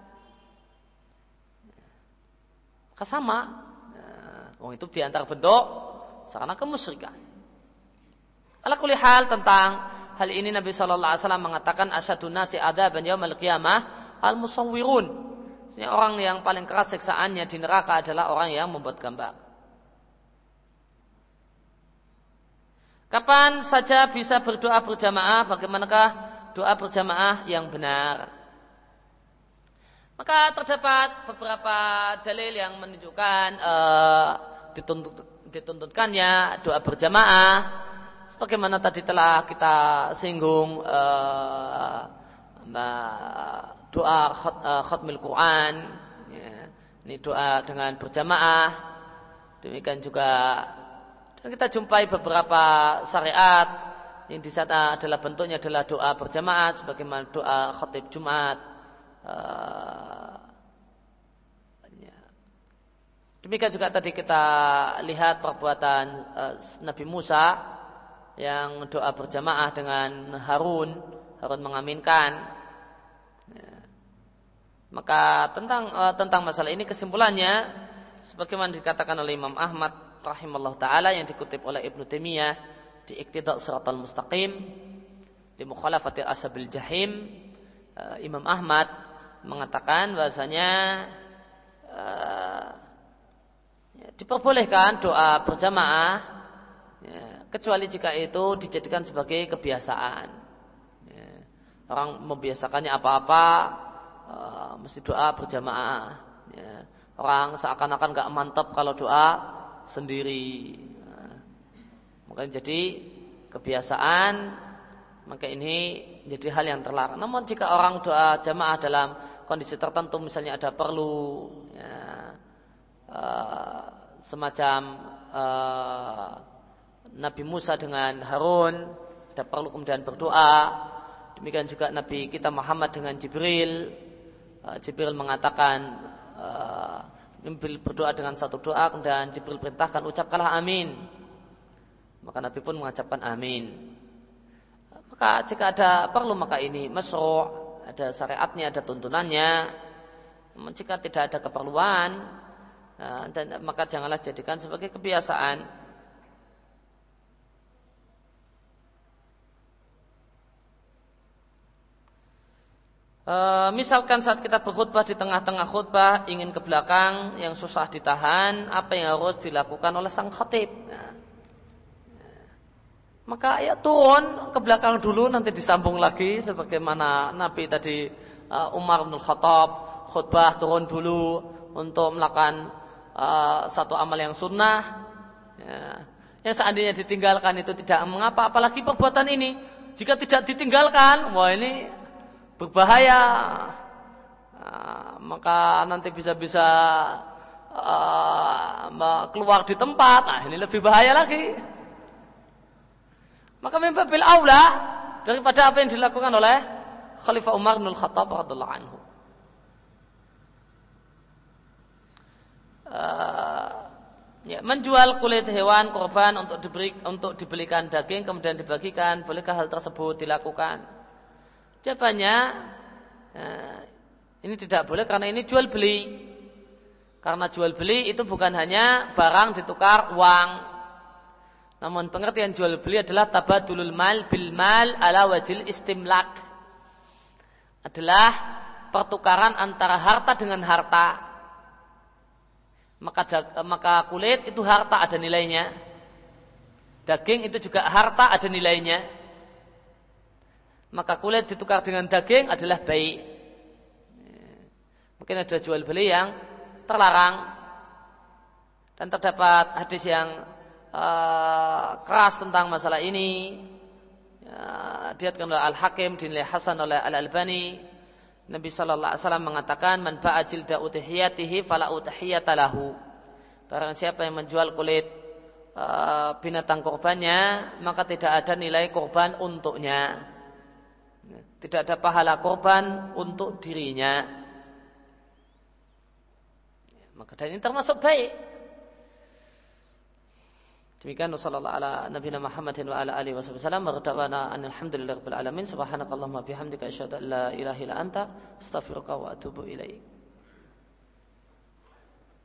Maka sama, nah, orang itu di antara bentuk sarana kemusyrikan. Ala kulli hal tentang hal ini Nabi Shallallahu Alaihi Wasallam mengatakan asyadun nasi adzaban yaumil qiyamah al musawwirun. Orang yang paling keras siksaannya di neraka adalah orang yang membuat gambar. Kapan saja bisa berdoa berjamaah? Bagaimanakah doa berjamaah yang benar? Maka terdapat beberapa dalil yang menunjukkan uh, dituntut, dituntutkannya doa berjamaah. Sebagaimana tadi telah kita singgung uh, doa khatmil Quran, ya. Ini doa dengan berjamaah. Demikian juga dan kita jumpai beberapa syariat yang di sana adalah bentuknya adalah doa berjamaah, sebagaimana doa khatib Jumat. Uh, ya. Demikian juga tadi kita lihat perbuatan uh, Nabi Musa yang doa berjamaah dengan Harun, Harun mengaminkan. Maka tentang uh, tentang masalah ini kesimpulannya sebagaimana dikatakan oleh Imam Ahmad rahimallahu taala yang dikutip oleh Ibnu Taimiyah di Iqtida' Shiratal Mustaqim di Mukhalafati Ashabil Jahim, uh, Imam Ahmad mengatakan bahasanya uh, ya, diperbolehkan doa berjamaah ya, kecuali jika itu dijadikan sebagai kebiasaan. Ya, orang membiasakannya apa-apa Uh, mesti doa berjamaah. Ya. Orang seakan-akan gak mantap kalau doa sendiri. Nah, maka jadi kebiasaan, maka ini menjadi hal yang terlarang. Namun jika orang doa jamaah dalam kondisi tertentu, misalnya ada perlu, ya, uh, semacam uh, Nabi Musa dengan Harun, ada perlu kemudian berdoa. Demikian juga Nabi kita Muhammad dengan Jibril. Jibril mengatakan uh, berdoa dengan satu doa, kemudian Jibril perintahkan ucapkanlah amin, maka Nabi pun mengucapkan amin. Maka jika ada perlu maka ini masyru', ada syariatnya, ada tuntunannya. Namun jika tidak ada keperluan uh, dan maka janganlah jadikan sebagai kebiasaan. E, misalkan saat kita berkhutbah di tengah-tengah khutbah ingin ke belakang yang susah ditahan, apa yang harus dilakukan oleh sang khatib? Nah, maka ya turun ke belakang dulu, nanti disambung lagi sebagaimana Nabi tadi uh, Umar bin Khattab khutbah turun dulu untuk melakukan uh, satu amal yang sunnah. Ya. Yang seandainya ditinggalkan itu tidak mengapa, apalagi perbuatan ini jika tidak ditinggalkan, wah ini berbahaya, nah, maka nanti bisa-bisa uh, keluar di tempat. Nah ini lebih bahaya lagi. Maka mimbabil aula daripada apa yang dilakukan oleh Khalifah Umar bin Khattab radhiyallahu anhu. Uh, ya, menjual kulit hewan korban untuk diberi, untuk dibelikan daging kemudian dibagikan, bolehkah hal tersebut dilakukan? Jawabannya eh, ini tidak boleh karena ini jual beli. Karena jual beli itu bukan hanya barang ditukar uang. Namun pengertian jual beli adalah tabadulul mal bil mal ala wajil istimlak. Adalah pertukaran antara harta dengan harta. Maka maka kulit itu harta, ada nilainya. Daging itu juga harta, ada nilainya. Maka kulit ditukar dengan daging adalah baik. Mungkin ada jual beli yang terlarang. Dan terdapat hadis yang uh, keras tentang masalah ini. Uh, Diriwayatkan oleh Al-Hakim, dinilai hasan oleh Al-Albani. Nabi sallallahu alaihi wasallam mengatakan, "Man ba'a jilda udhiyatihi fala udhiyata lahu." Barang siapa yang menjual kulit uh, binatang kurbannya, maka tidak ada nilai kurban untuknya. Tidak ada pahala kurban untuk dirinya. Maka dan ini termasuk baik. Demikian sallallahu ala nabiyina Muhammadin wa ala alihi wasallam wa radwana alhamdulillahirabbil alamin subhanakallahumma bihamdika asyhadu an la ilaha illa anta astaghfiruka wa atubu ilaik.